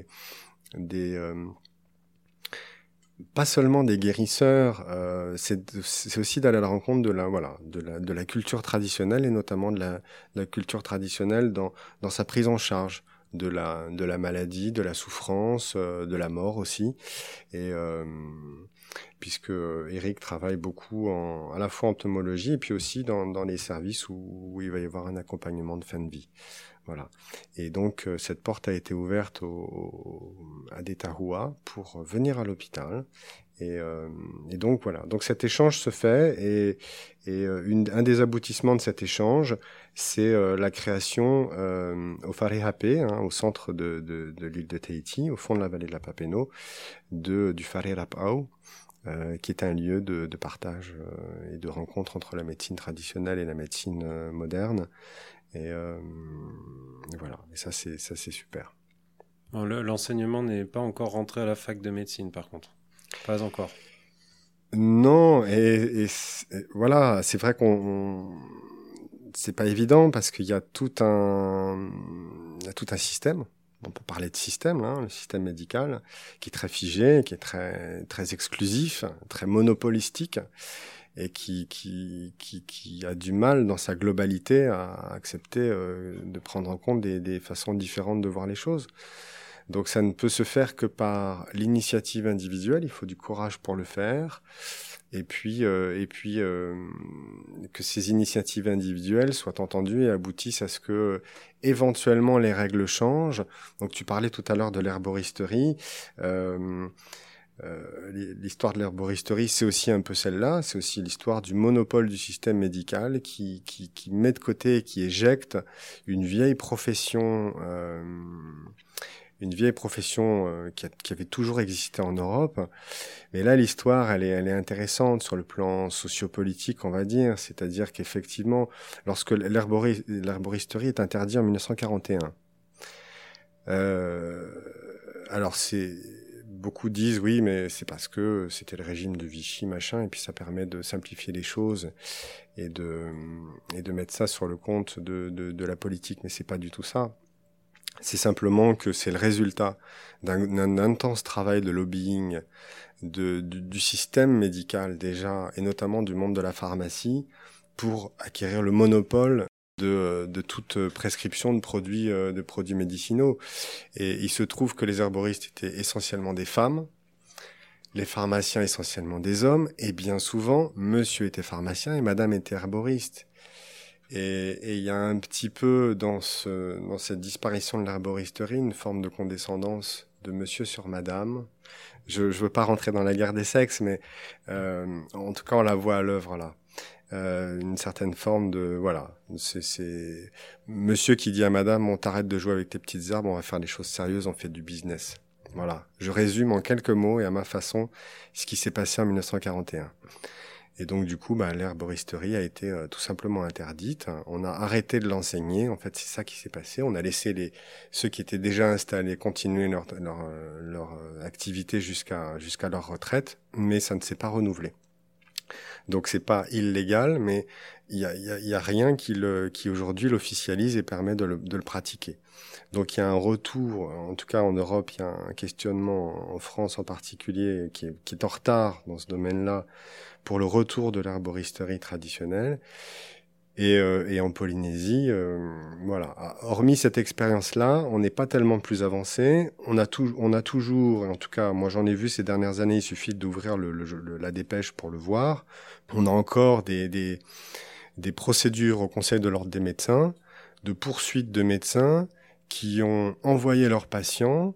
pas seulement des guérisseurs, c'est aussi d'aller à la rencontre de la culture traditionnelle, et notamment de la culture traditionnelle dans sa prise en charge de la maladie, de la souffrance, de la mort aussi. Et puisque Eric travaille beaucoup à la fois en pneumologie et puis aussi dans les services où il va y avoir un accompagnement de fin de vie. Voilà. Et donc cette porte a été ouverte à des Tahua pour venir à l'hôpital. Et donc voilà. Donc cet échange se fait, et un des aboutissements de cet échange, c'est la création au Wharehape, au centre de l'île de Tahiti, au fond de la vallée de la Papenno, du Whare Rapau, qui est un lieu de partage et de rencontre entre la médecine traditionnelle et la médecine moderne. Et voilà. Et ça c'est super. Bon, l'enseignement n'est pas encore rentré à la fac de médecine, par contre. Pas encore. Non, et voilà, c'est vrai c'est pas évident parce qu'il y a tout un système. On peut parler de système, le système médical, qui est très figé, qui est très très exclusif, très monopolistique, et qui a du mal dans sa globalité à accepter de prendre en compte des façons différentes de voir les choses. Donc ça ne peut se faire que par l'initiative individuelle, il faut du courage pour le faire, et puis que ces initiatives individuelles soient entendues et aboutissent à ce que éventuellement les règles changent. Donc tu parlais tout à l'heure de l'herboristerie. L'histoire de l'herboristerie, c'est aussi un peu celle-là, c'est aussi l'histoire du monopole du système médical qui met de côté et qui éjecte une vieille profession qui avait toujours existé en Europe. Mais là, l'histoire, elle est intéressante sur le plan sociopolitique, on va dire. C'est-à-dire qu'effectivement, lorsque l'herboristerie est interdite en 1941, alors beaucoup disent oui, mais c'est parce que c'était le régime de Vichy, machin, et puis ça permet de simplifier les choses et de mettre ça sur le compte de la politique. Mais c'est pas du tout ça. C'est simplement que c'est le résultat d'un intense travail de lobbying du système médical déjà, et notamment du monde de la pharmacie, pour acquérir le monopole de toute prescription de produits médicinaux. Et il se trouve que les herboristes étaient essentiellement des femmes, les pharmaciens essentiellement des hommes, et bien souvent, monsieur était pharmacien et madame était herboriste. Et il y a un petit peu dans cette disparition de l'herboristerie une forme de condescendance de monsieur sur madame. Je veux pas rentrer dans la guerre des sexes, mais en tout cas on la voit à l'œuvre là. Une certaine forme de voilà, c'est monsieur qui dit à madame, on t'arrête de jouer avec tes petites herbes, on va faire des choses sérieuses, on fait du business. Voilà, je résume en quelques mots et à ma façon ce qui s'est passé en 1941. Et donc du coup, l'herboristerie a été tout simplement interdite. On a arrêté de l'enseigner. En fait, c'est ça qui s'est passé. On a laissé ceux qui étaient déjà installés continuer leur activité jusqu'à leur retraite, mais ça ne s'est pas renouvelé. Donc c'est pas illégal, mais il y a rien qui aujourd'hui l'officialise et permet de le pratiquer. Donc il y a un retour, en tout cas en Europe, il y a un questionnement en France en particulier qui est en retard dans ce domaine-là pour le retour de l'herboristerie traditionnelle. Et en Polynésie, voilà. Hormis cette expérience-là, on n'est pas tellement plus avancé. On a toujours, en tout cas, moi j'en ai vu ces dernières années. Il suffit d'ouvrir la dépêche pour le voir. On a encore des procédures au Conseil de l'ordre des médecins, de poursuites de médecins qui ont envoyé leurs patients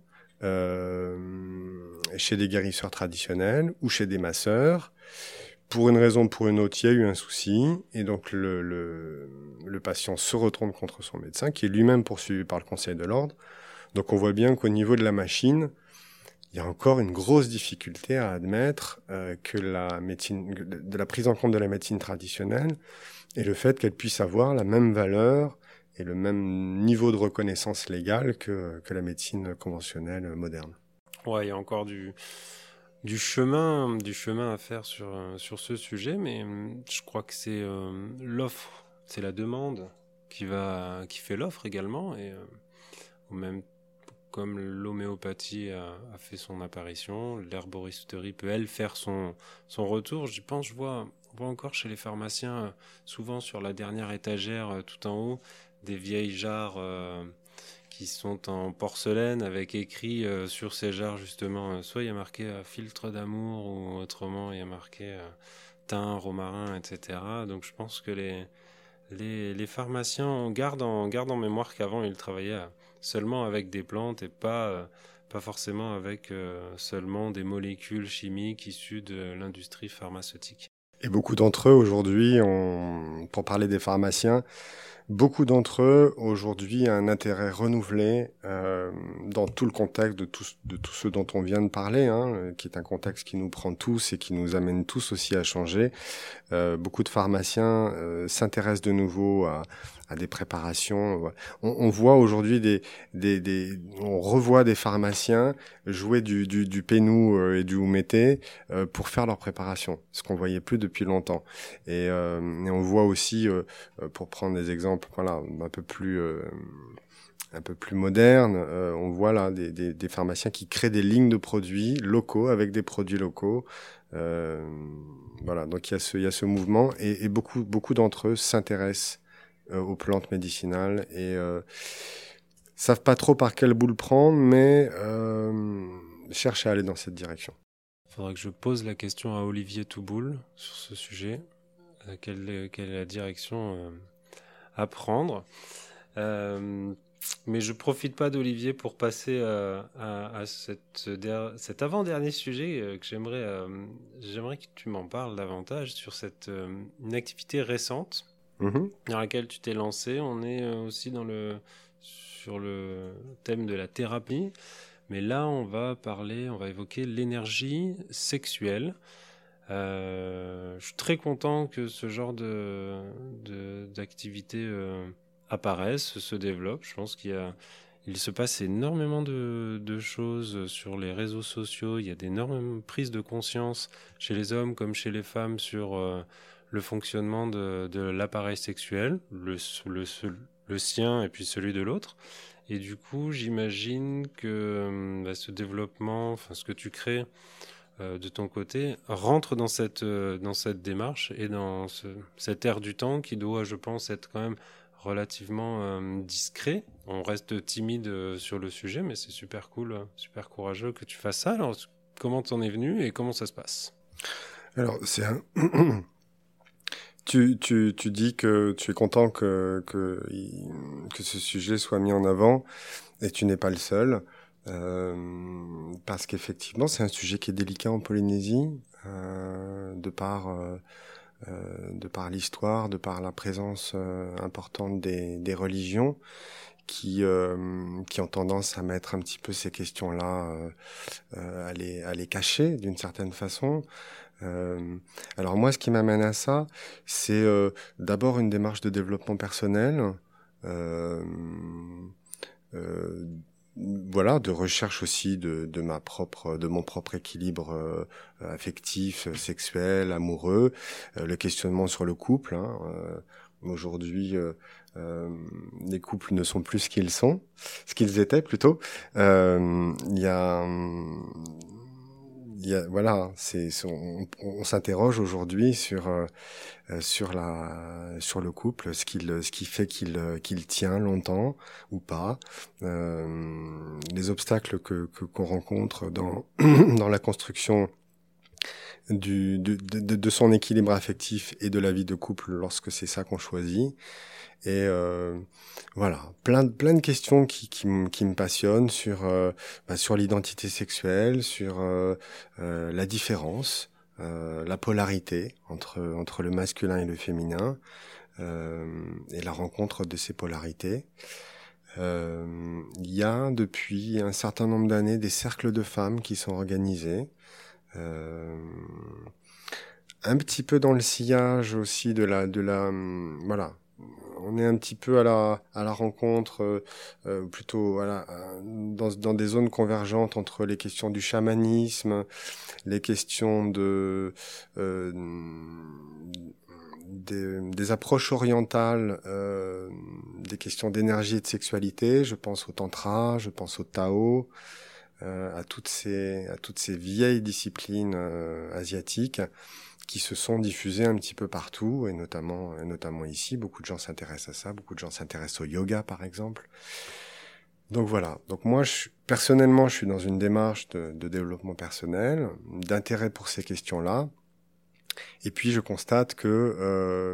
chez des guérisseurs traditionnels ou chez des masseurs. Pour une raison ou pour une autre, il y a eu un souci, et donc le patient se retourne contre son médecin, qui est lui-même poursuivi par le Conseil de l'ordre. Donc on voit bien qu'au niveau de la machine, il y a encore une grosse difficulté à admettre que de la prise en compte de la médecine traditionnelle et le fait qu'elle puisse avoir la même valeur et le même niveau de reconnaissance légale que la médecine conventionnelle moderne. Ouais, il y a encore du chemin à faire sur ce sujet, mais je crois que c'est l'offre, c'est la demande qui fait l'offre également, et même comme l'homéopathie a fait son apparition, l'herboristerie peut elle faire son retour. Je pense, on voit encore chez les pharmaciens souvent sur la dernière étagère tout en haut des vieilles jarres qui sont en porcelaine avec écrit sur ces jarres justement, soit il y a marqué filtre d'amour ou autrement il y a marqué thym, romarin, etc. Donc je pense que les pharmaciens gardent en mémoire qu'avant ils travaillaient seulement avec des plantes et pas forcément avec seulement des molécules chimiques issues de l'industrie pharmaceutique. Et beaucoup d'entre eux aujourd'hui, pour parler des pharmaciens, beaucoup d'entre eux, aujourd'hui, ont un intérêt renouvelé dans tout le contexte de tout ce dont on vient de parler, qui est un contexte qui nous prend tous et qui nous amène tous aussi à changer. Beaucoup de pharmaciens s'intéressent de nouveau à des préparations. On voit aujourd'hui on revoit des pharmaciens jouer du pénou et du oumété pour faire leurs préparations, ce qu'on voyait plus depuis longtemps. Et on voit aussi, pour prendre des exemples, voilà, un peu plus modernes, on voit là des pharmaciens qui créent des lignes de produits locaux avec des produits locaux. Voilà, donc il y a ce mouvement et beaucoup d'entre eux s'intéressent aux plantes médicinales et savent pas trop par quelle boule prendre, mais cherchent à aller dans cette direction. Il faudra que je pose la question à Olivier Touboul sur ce sujet. Quelle est la direction à prendre? Mais je profite pas d'Olivier pour passer à cet avant-dernier sujet que j'aimerais que tu m'en parles davantage sur une activité récente dans laquelle tu t'es lancé. On est aussi sur le thème de la thérapie, mais là on va évoquer l'énergie sexuelle. Je suis très content que ce genre d'activité apparaissent, se développent. Je pense il se passe énormément de choses sur les réseaux sociaux. Il y a d'énormes prises de conscience chez les hommes comme chez les femmes sur le fonctionnement de l'appareil sexuel, le sien et puis celui de l'autre. Et du coup, j'imagine que ce développement, ce que tu crées de ton côté, rentre dans cette démarche et dans cette ère du temps qui doit, je pense, être quand même relativement discret. On reste timide sur le sujet, mais c'est super cool, super courageux que tu fasses ça. Alors, comment t'en es venu et comment ça se passe? Alors, Tu dis que tu es content que ce sujet soit mis en avant, et tu n'es pas le seul, parce qu'effectivement, c'est un sujet qui est délicat en Polynésie, de par l'histoire, de par la présence importante des religions qui ont tendance à mettre un petit peu ces questions-là, à les cacher d'une certaine façon. Alors moi, ce qui m'amène à ça, c'est d'abord une démarche de développement personnel, voilà, de recherche aussi de mon propre équilibre affectif, sexuel, amoureux, le questionnement sur le couple. Aujourd'hui, les couples ne sont plus ce qu'ils étaient plutôt. Voilà, on s'interroge aujourd'hui sur le couple, ce qui fait qu'il tient longtemps ou pas, les obstacles qu'on rencontre dans dans la construction de son équilibre affectif et de la vie de couple lorsque c'est ça qu'on choisit. Et voilà, plein de questions qui me passionnent sur l'identité sexuelle, sur la différence, la polarité entre le masculin et le féminin, et la rencontre de ces polarités. Il y a depuis un certain nombre d'années des cercles de femmes qui sont organisés, un petit peu dans le sillage aussi voilà. On est un petit peu à la rencontre, plutôt voilà, dans des zones convergentes entre les questions du chamanisme, les questions des approches orientales, des questions d'énergie et de sexualité. Je pense au tantra, je pense au Tao, à toutes ces vieilles disciplines asiatiques qui se sont diffusées un petit peu partout, et notamment ici. Beaucoup de gens s'intéressent à ça, beaucoup de gens s'intéressent au yoga, par exemple. Donc voilà. Donc moi, personnellement, je suis dans une démarche de développement personnel, d'intérêt pour ces questions-là. Et puis, je constate que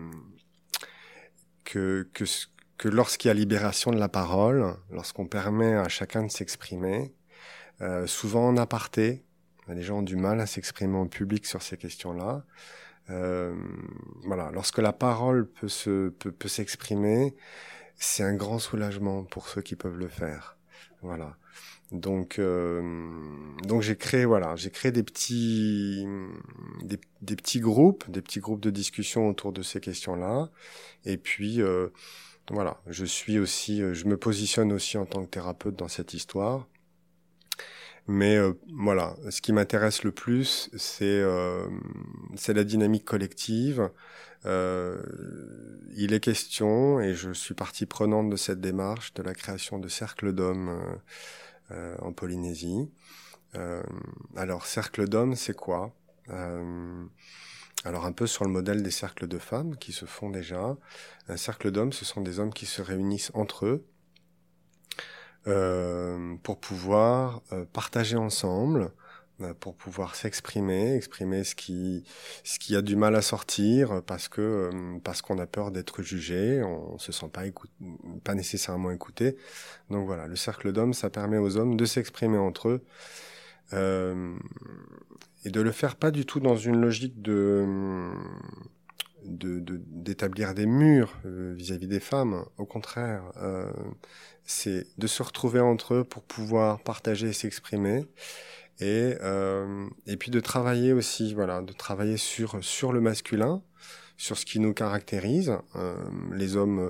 lorsqu'il y a libération de la parole, lorsqu'on permet à chacun de s'exprimer, souvent en aparté, les gens ont du mal à s'exprimer en public sur ces questions-là. Voilà, lorsque la parole peut s'exprimer, c'est un grand soulagement pour ceux qui peuvent le faire. Voilà. Donc j'ai créé des petits groupes de discussion autour de ces questions-là. Et puis voilà, je me positionne aussi en tant que thérapeute dans cette histoire. Mais voilà, ce qui m'intéresse le plus, c'est la dynamique collective. Il est question, et je suis partie prenante de cette démarche, de la création de cercles d'hommes en Polynésie. Alors, cercle d'hommes, c'est quoi ? Alors, un peu sur le modèle des cercles de femmes qui se font déjà. Un cercle d'hommes, ce sont des hommes qui se réunissent entre eux, pour pouvoir partager ensemble, pour pouvoir exprimer ce qui a du mal à sortir parce qu'on a peur d'être jugé, on se sent pas nécessairement écouté. Donc voilà, le cercle d'hommes, ça permet aux hommes de s'exprimer entre eux, et de le faire pas du tout dans une logique d'établir des murs vis-à-vis des femmes. Au contraire, c'est de se retrouver entre eux pour pouvoir partager et s'exprimer, et puis de travailler aussi, voilà, de travailler sur le masculin, sur ce qui nous caractérise. Les hommes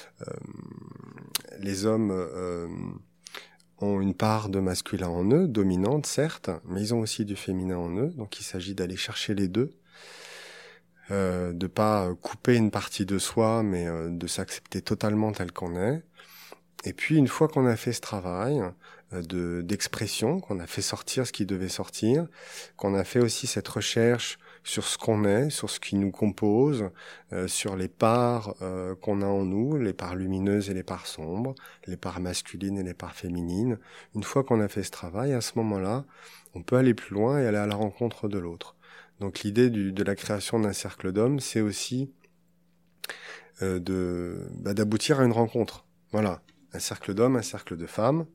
ont une part de masculin en eux, dominante certes, mais ils ont aussi du féminin en eux, donc il s'agit d'aller chercher les deux. De pas couper une partie de soi, mais de s'accepter totalement tel qu'on est. Et puis une fois qu'on a fait ce travail d'expression, qu'on a fait sortir ce qui devait sortir, qu'on a fait aussi cette recherche sur ce qu'on est, sur ce qui nous compose, sur les parts qu'on a en nous, les parts lumineuses et les parts sombres, les parts masculines et les parts féminines. Une fois qu'on a fait ce travail, à ce moment-là, on peut aller plus loin et aller à la rencontre de l'autre. Donc l'idée de la création d'un cercle d'hommes, c'est aussi d'aboutir à une rencontre. Voilà, un cercle d'hommes, un cercle de femmes.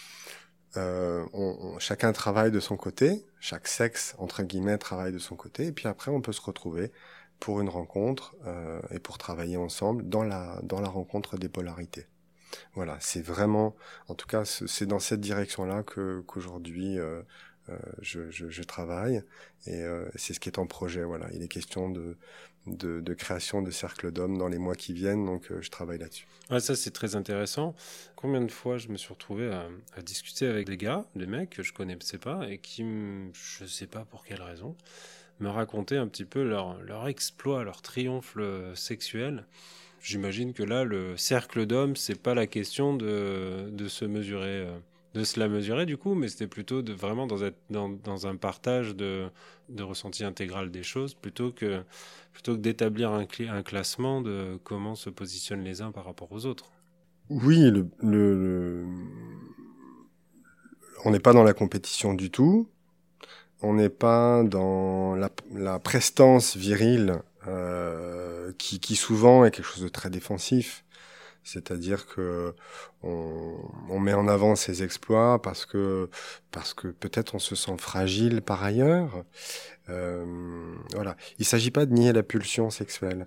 Chacun travaille de son côté, chaque sexe, entre guillemets, travaille de son côté, et puis après on peut se retrouver pour une rencontre et pour travailler ensemble dans la rencontre des polarités. Voilà, c'est vraiment, en tout cas, c'est dans cette direction-là qu'aujourd'hui je travaille, et c'est ce qui est en projet. Voilà, il est question de création de cercles d'hommes dans les mois qui viennent, donc je travaille là-dessus. Ouais, ça c'est très intéressant. Combien de fois je me suis retrouvé à discuter avec des mecs que je connaissais pas et qui, je sais pas pour quelle raison, me racontaient un petit peu leur exploit, leur triomphe sexuel. J'imagine que là, le cercle d'hommes, c'est pas la question de se mesurer, de se la mesurer du coup, mais c'était plutôt vraiment dans un partage de ressenti intégral des choses, plutôt que d'établir un classement de comment se positionnent les uns par rapport aux autres. Oui, on n'est pas dans la compétition du tout. On n'est pas dans la prestance virile qui souvent est quelque chose de très défensif. C'est-à-dire que on met en avant ses exploits parce que peut-être on se sent fragile par ailleurs. Voilà. Il s'agit pas de nier la pulsion sexuelle.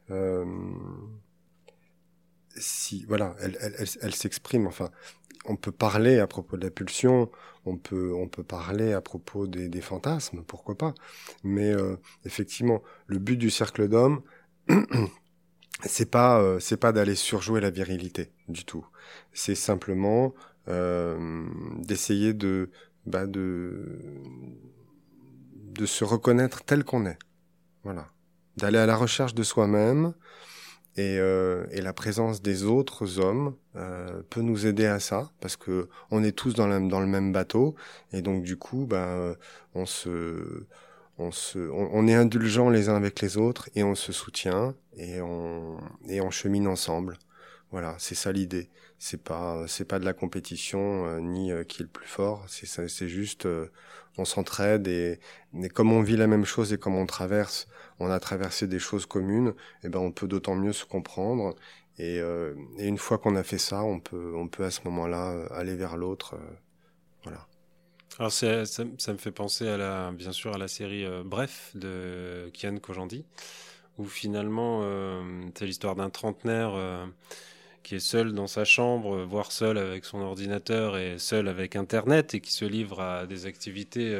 Voilà, elle s'exprime. Enfin, on peut parler à propos de la pulsion, on peut parler à propos des fantasmes, pourquoi pas. Mais effectivement, le but du cercle d'hommes, c'est pas d'aller surjouer la virilité du tout. C'est simplement d'essayer de se reconnaître tel qu'on est. Voilà, d'aller à la recherche de soi-même. Et la présence des autres hommes peut nous aider à ça, parce que on est tous dans le même bateau, et donc du coup, on est indulgents les uns avec les autres, et on se soutient, et on chemine ensemble. Voilà, c'est ça l'idée. C'est pas de la compétition ni qui est le plus fort. C'est juste on s'entraide, et comme on vit la même chose et comme on a traversé des choses communes, et on peut d'autant mieux se comprendre. Et une fois qu'on a fait ça, on peut à ce moment-là aller vers l'autre. Voilà. Alors ça me fait penser bien sûr à la série Bref de Kian Kojandi, où finalement c'est l'histoire d'un trentenaire qui est seul dans sa chambre, voire seul avec son ordinateur et seul avec Internet, et qui se livre à des activités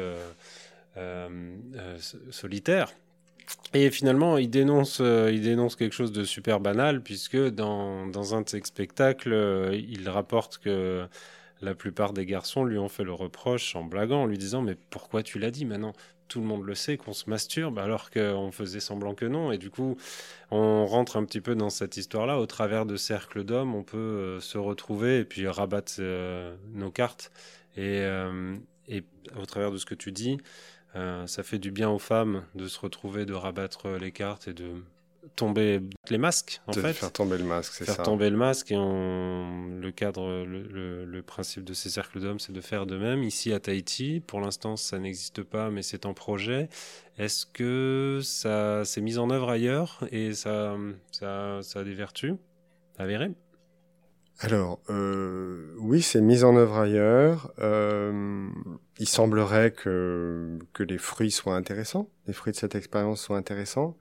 solitaires. Et finalement, il dénonce quelque chose de super banal, puisque dans un de ses spectacles, il rapporte que la plupart des garçons lui ont fait le reproche en blaguant, en lui disant « Mais pourquoi tu l'as dit maintenant ? Tout le monde le sait qu'on se masturbe, alors qu'on faisait semblant que non. » Et du coup, on rentre un petit peu dans cette histoire-là. Au travers de cercles d'hommes, on peut se retrouver et puis rabattre nos cartes. Et au travers de ce que tu dis, ça fait du bien aux femmes de se retrouver, de rabattre les cartes et de tomber les masques, en fait. Faire tomber le masque, c'est ça. Faire tomber le masque, et le principe de ces cercles d'hommes, c'est de faire de même. Ici, à Tahiti, pour l'instant, ça n'existe pas, mais c'est en projet. Est-ce que ça s'est mis en œuvre ailleurs et ça a des vertus avérées? Alors, oui, c'est mis en œuvre ailleurs. Il semblerait que les fruits soient intéressants, les fruits de cette expérience soient intéressants.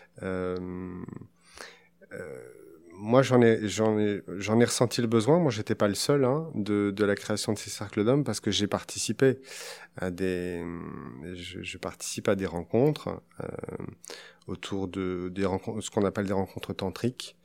Moi, j'en ai ressenti le besoin. Moi, j'étais pas le seul de la création de ces cercles d'hommes, parce que j'ai participé à je participe à des rencontres autour des rencontres, ce qu'on appelle des rencontres tantriques.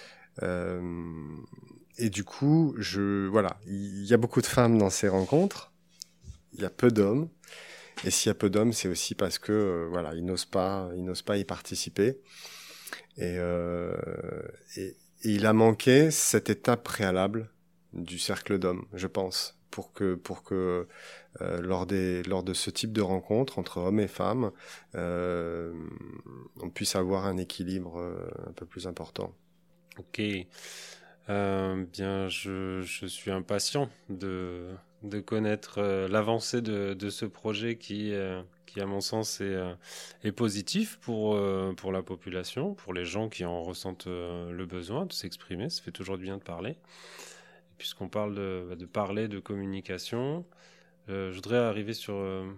Et du coup, voilà, il y a beaucoup de femmes dans ces rencontres, il y a peu d'hommes. Et s'il y a peu d'hommes, c'est aussi parce que voilà, ils n'osent pas y participer. Et il a manqué cette étape préalable du cercle d'hommes, je pense, pour que lors de ce type de rencontre entre hommes et femmes, on puisse avoir un équilibre un peu plus important. Ok. Bien, je suis impatient de de connaître l'avancée de ce projet qui, à mon sens, est positif pour la population, pour les gens qui en ressentent le besoin de s'exprimer. Ça fait toujours du bien de parler. Et puisqu'on parle de parler, de communication, je voudrais arriver sur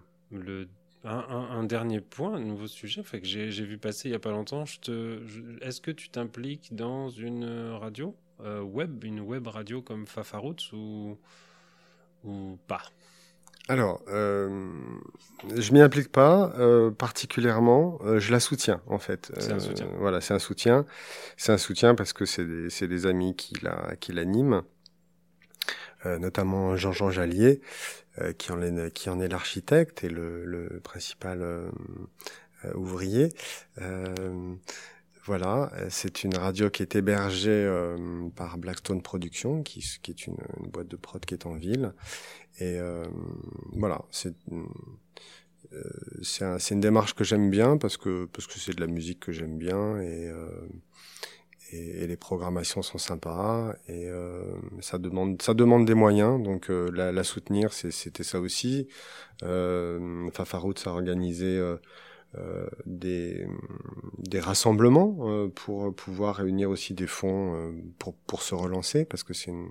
un dernier point, un nouveau sujet que j'ai vu passer il n'y a pas longtemps. Est-ce que tu t'impliques dans une radio une web radio comme Fafarouts ou pas? Alors, je m'y implique pas particulièrement. Je la soutiens en fait. C'est un soutien. Voilà, c'est un soutien. C'est un soutien parce que c'est des amis qui l'animent, notamment Jean Jallier, qui en est l'architecte et le principal ouvrier. Voilà, c'est une radio qui est hébergée par Blackstone Productions, qui est une boîte de prod qui est en ville. Et voilà, c'est une démarche que j'aime bien parce que c'est de la musique que j'aime bien et les programmations sont sympas et ça demande des moyens, donc la soutenir c'était ça aussi. Fafarouts a organisé des rassemblements pour pouvoir réunir aussi des fonds pour se relancer, parce que c'est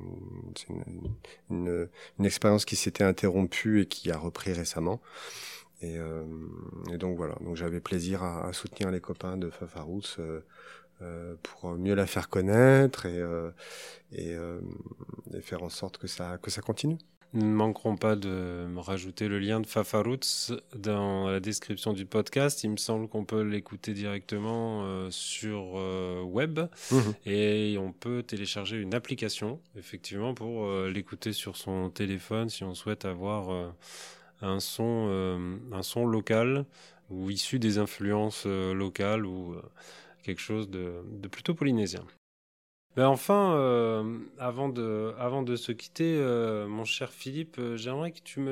une expérience qui s'était interrompue et qui a repris récemment. Et donc voilà, donc j'avais plaisir à soutenir les copains de Fafarouts pour mieux la faire connaître et faire en sorte que ça continue. Nous ne manquerons pas de rajouter le lien de Fafarouts dans la description du podcast. Il me semble qu'on peut l'écouter directement sur web et on peut télécharger une application, effectivement, pour l'écouter sur son téléphone si on souhaite avoir un son local ou issu des influences locales ou quelque chose de plutôt polynésien. Ben enfin, avant de se quitter, mon cher Philippe, j'aimerais que tu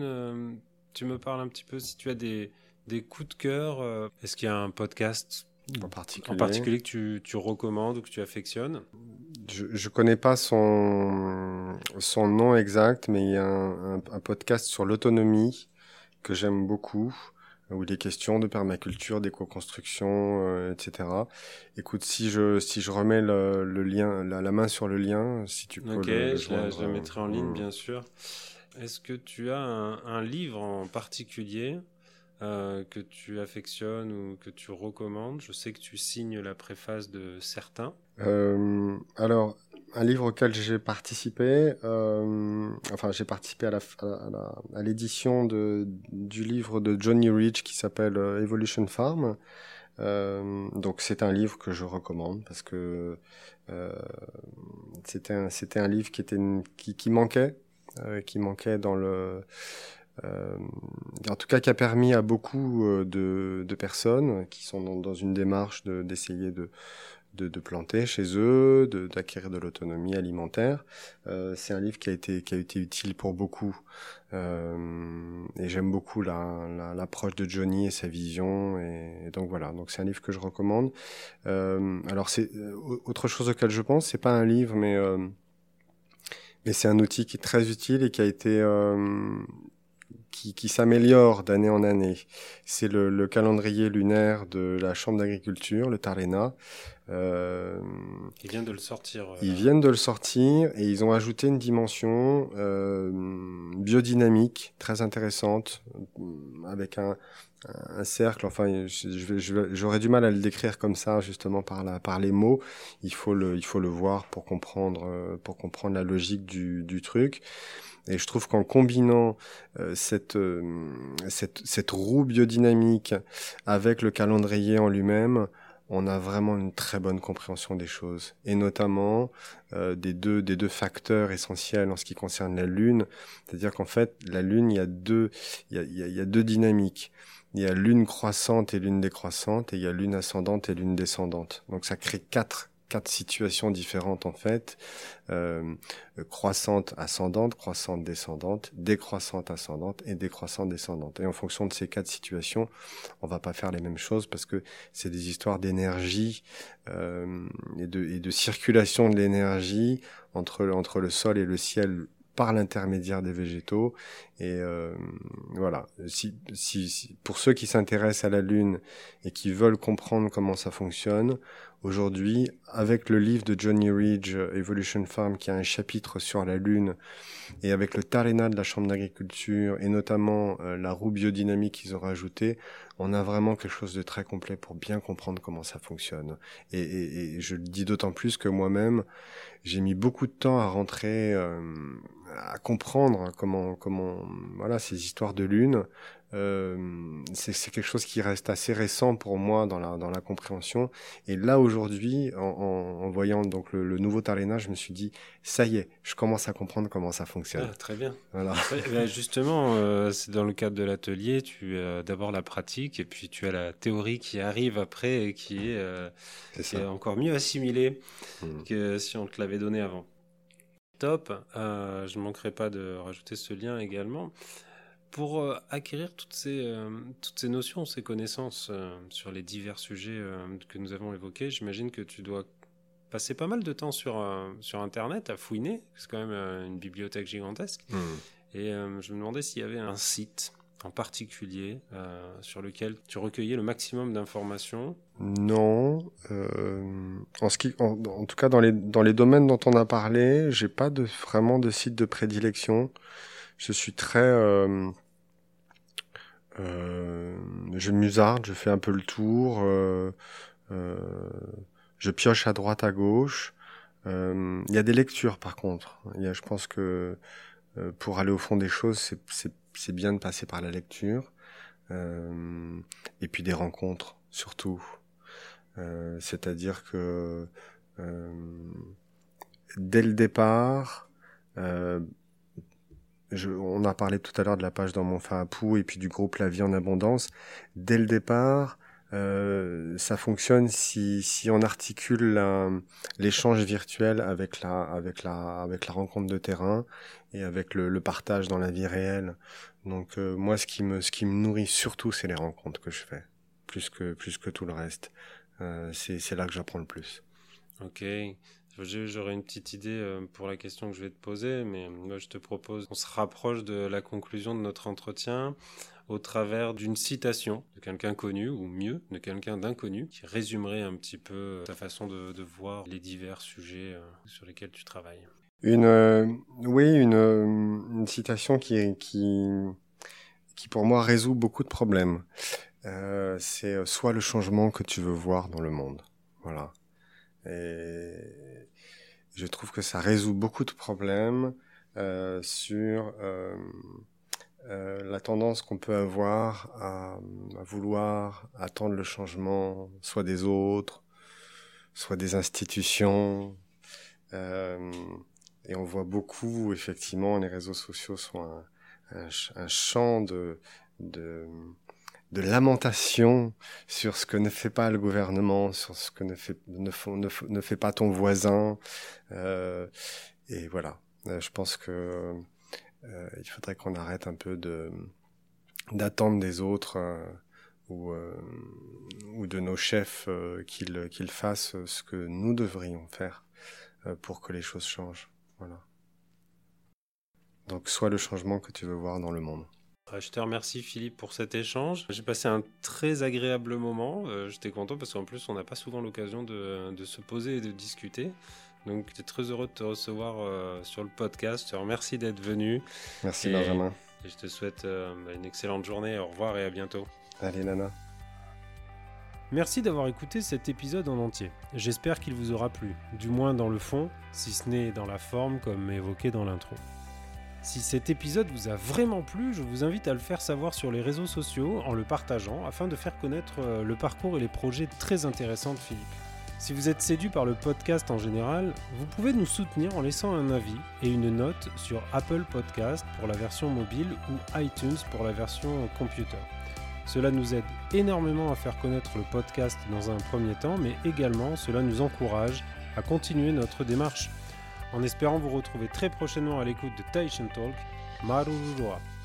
me parles un petit peu si tu as des coups de cœur. Est-ce qu'il y a un podcast en particulier que tu recommandes ou que tu affectionnes? Je connais pas son nom exact, mais il y a un podcast sur l'autonomie que j'aime beaucoup, où il est question de permaculture, d'éco-construction, etc. Écoute, si je remets le lien, la main sur le lien, si tu peux le joindre. Je le mettrai en ligne, bien sûr. Est-ce que tu as un livre en particulier que tu affectionnes ou que tu recommandes? Je sais que tu signes la préface de certains. Alors, un livre auquel j'ai participé, j'ai participé à l'édition du livre de Johnny Rich qui s'appelle Evolution Farm. Donc c'est un livre que je recommande parce que c'était un livre qui manquait dans le en tout cas qui a permis à beaucoup de personnes qui sont dans une démarche d'essayer de planter chez eux, d'acquérir de l'autonomie alimentaire. C'est un livre qui a été utile pour beaucoup. Et j'aime beaucoup l'approche de Johnny et sa vision. Et donc voilà. Donc c'est un livre que je recommande. Alors c'est autre chose auquel je pense. C'est pas un livre, mais c'est un outil qui est très utile et qui a été qui s'améliore d'année en année. C'est le calendrier lunaire de la Chambre d'agriculture, le Tarena. Ils viennent de le sortir. Ils viennent de le sortir et ils ont ajouté une dimension biodynamique très intéressante avec un cercle. Enfin, j'aurais du mal à le décrire comme ça justement par les mots. Il faut le voir pour comprendre la logique du truc. Et je trouve qu'en combinant cette roue biodynamique avec le calendrier en lui-même, on a vraiment une très bonne compréhension des choses, et notamment des deux facteurs essentiels en ce qui concerne la Lune. C'est-à-dire qu'en fait, la Lune, il y a deux dynamiques. Il y a lune croissante et lune décroissante, et il y a lune ascendante et lune descendante. Donc ça crée quatre situations différentes en fait, croissante ascendante, croissante descendante, décroissante ascendante et décroissante descendante. Et en fonction de ces quatre situations, on va pas faire les mêmes choses parce que c'est des histoires d'énergie et de circulation de l'énergie entre le sol et le ciel par l'intermédiaire des végétaux. Et voilà. Pour ceux qui s'intéressent à la Lune et qui veulent comprendre comment ça fonctionne, aujourd'hui, avec le livre de Johnny Ridge, Evolution Farm, qui a un chapitre sur la Lune, et avec le Tarena de la Chambre d'agriculture, et notamment la roue biodynamique qu'ils ont rajouté, on a vraiment quelque chose de très complet pour bien comprendre comment ça fonctionne. Et je le dis d'autant plus que moi-même, j'ai mis beaucoup de temps à rentrer, à comprendre comment, voilà, ces histoires de Lune. C'est quelque chose qui reste assez récent pour moi dans la compréhension. Et là aujourd'hui, en voyant donc le nouveau Tarena, je me suis dit ça y est, je commence à comprendre comment ça fonctionne. Ah, très bien. Voilà. Justement, c'est dans le cadre de l'atelier, tu as d'abord la pratique et puis tu as la théorie qui arrive après et qui est encore mieux assimilée que si on te l'avait donné avant. Top. Je ne manquerai pas de rajouter ce lien également. Pour acquérir toutes ces notions, ces connaissances sur les divers sujets que nous avons évoqués, j'imagine que tu dois passer pas mal de temps sur Internet à fouiner. C'est quand même une bibliothèque gigantesque. Et je me demandais s'il y avait un site en particulier sur lequel tu recueillais le maximum d'informations. Non. En tout cas, dans les domaines dont on a parlé, j'ai pas vraiment de site de prédilection. Je suis très... je musarde, je fais un peu le tour, je pioche à droite, à gauche. Il y a des lectures par contre. Je pense que pour aller au fond des choses, c'est bien de passer par la lecture. Et puis des rencontres, surtout. C'est-à-dire que dès le départ... on a parlé tout à l'heure de la page dans mon fin à Pou et puis du groupe La Vie en Abondance. Dès le départ, ça fonctionne si on articule l'échange virtuel avec la rencontre de terrain et avec le partage dans la vie réelle. Donc moi, ce qui me nourrit surtout, c'est les rencontres que je fais, plus que tout le reste. C'est là que j'apprends le plus. Ok. J'aurais une petite idée pour la question que je vais te poser, mais moi je te propose qu'on se rapproche de la conclusion de notre entretien au travers d'une citation de quelqu'un connu, ou mieux, de quelqu'un d'inconnu, qui résumerait un petit peu ta façon de voir les divers sujets sur lesquels tu travailles. Une citation qui pour moi résout beaucoup de problèmes. C'est « Sois le changement que tu veux voir dans le monde ». Voilà. Et je trouve que ça résout beaucoup de problèmes sur la tendance qu'on peut avoir à vouloir attendre le changement, soit des autres, soit des institutions. Et on voit beaucoup, effectivement, les réseaux sociaux sont un champ de lamentation sur ce que ne fait pas le gouvernement, sur ce que ne fait pas ton voisin. Et voilà, je pense que il faudrait qu'on arrête un peu d'attendre des autres ou de nos chefs qu'ils fassent ce que nous devrions faire pour que les choses changent. Voilà. Donc, sois le changement que tu veux voir dans le monde. Je te remercie Philippe pour cet échange. J'ai passé un très agréable moment. J'étais content parce qu'en plus on n'a pas souvent l'occasion de se poser et de discuter. Donc j'étais très heureux de te recevoir sur le podcast. Je te remercie d'être venu. Merci Benjamin. Et je te souhaite une excellente journée. Au revoir et à bientôt. Allez Nana. Merci d'avoir écouté cet épisode en entier. J'espère qu'il vous aura plu, du moins dans le fond, si ce n'est dans la forme comme évoqué dans l'intro. Si cet épisode vous a vraiment plu, je vous invite à le faire savoir sur les réseaux sociaux en le partageant afin de faire connaître le parcours et les projets très intéressants de Philippe. Si vous êtes séduit par le podcast en général, vous pouvez nous soutenir en laissant un avis et une note sur Apple Podcast pour la version mobile ou iTunes pour la version computer. Cela nous aide énormément à faire connaître le podcast dans un premier temps, mais également cela nous encourage à continuer notre démarche. En espérant vous retrouver très prochainement à l'écoute de Taishan Talk, Marurua.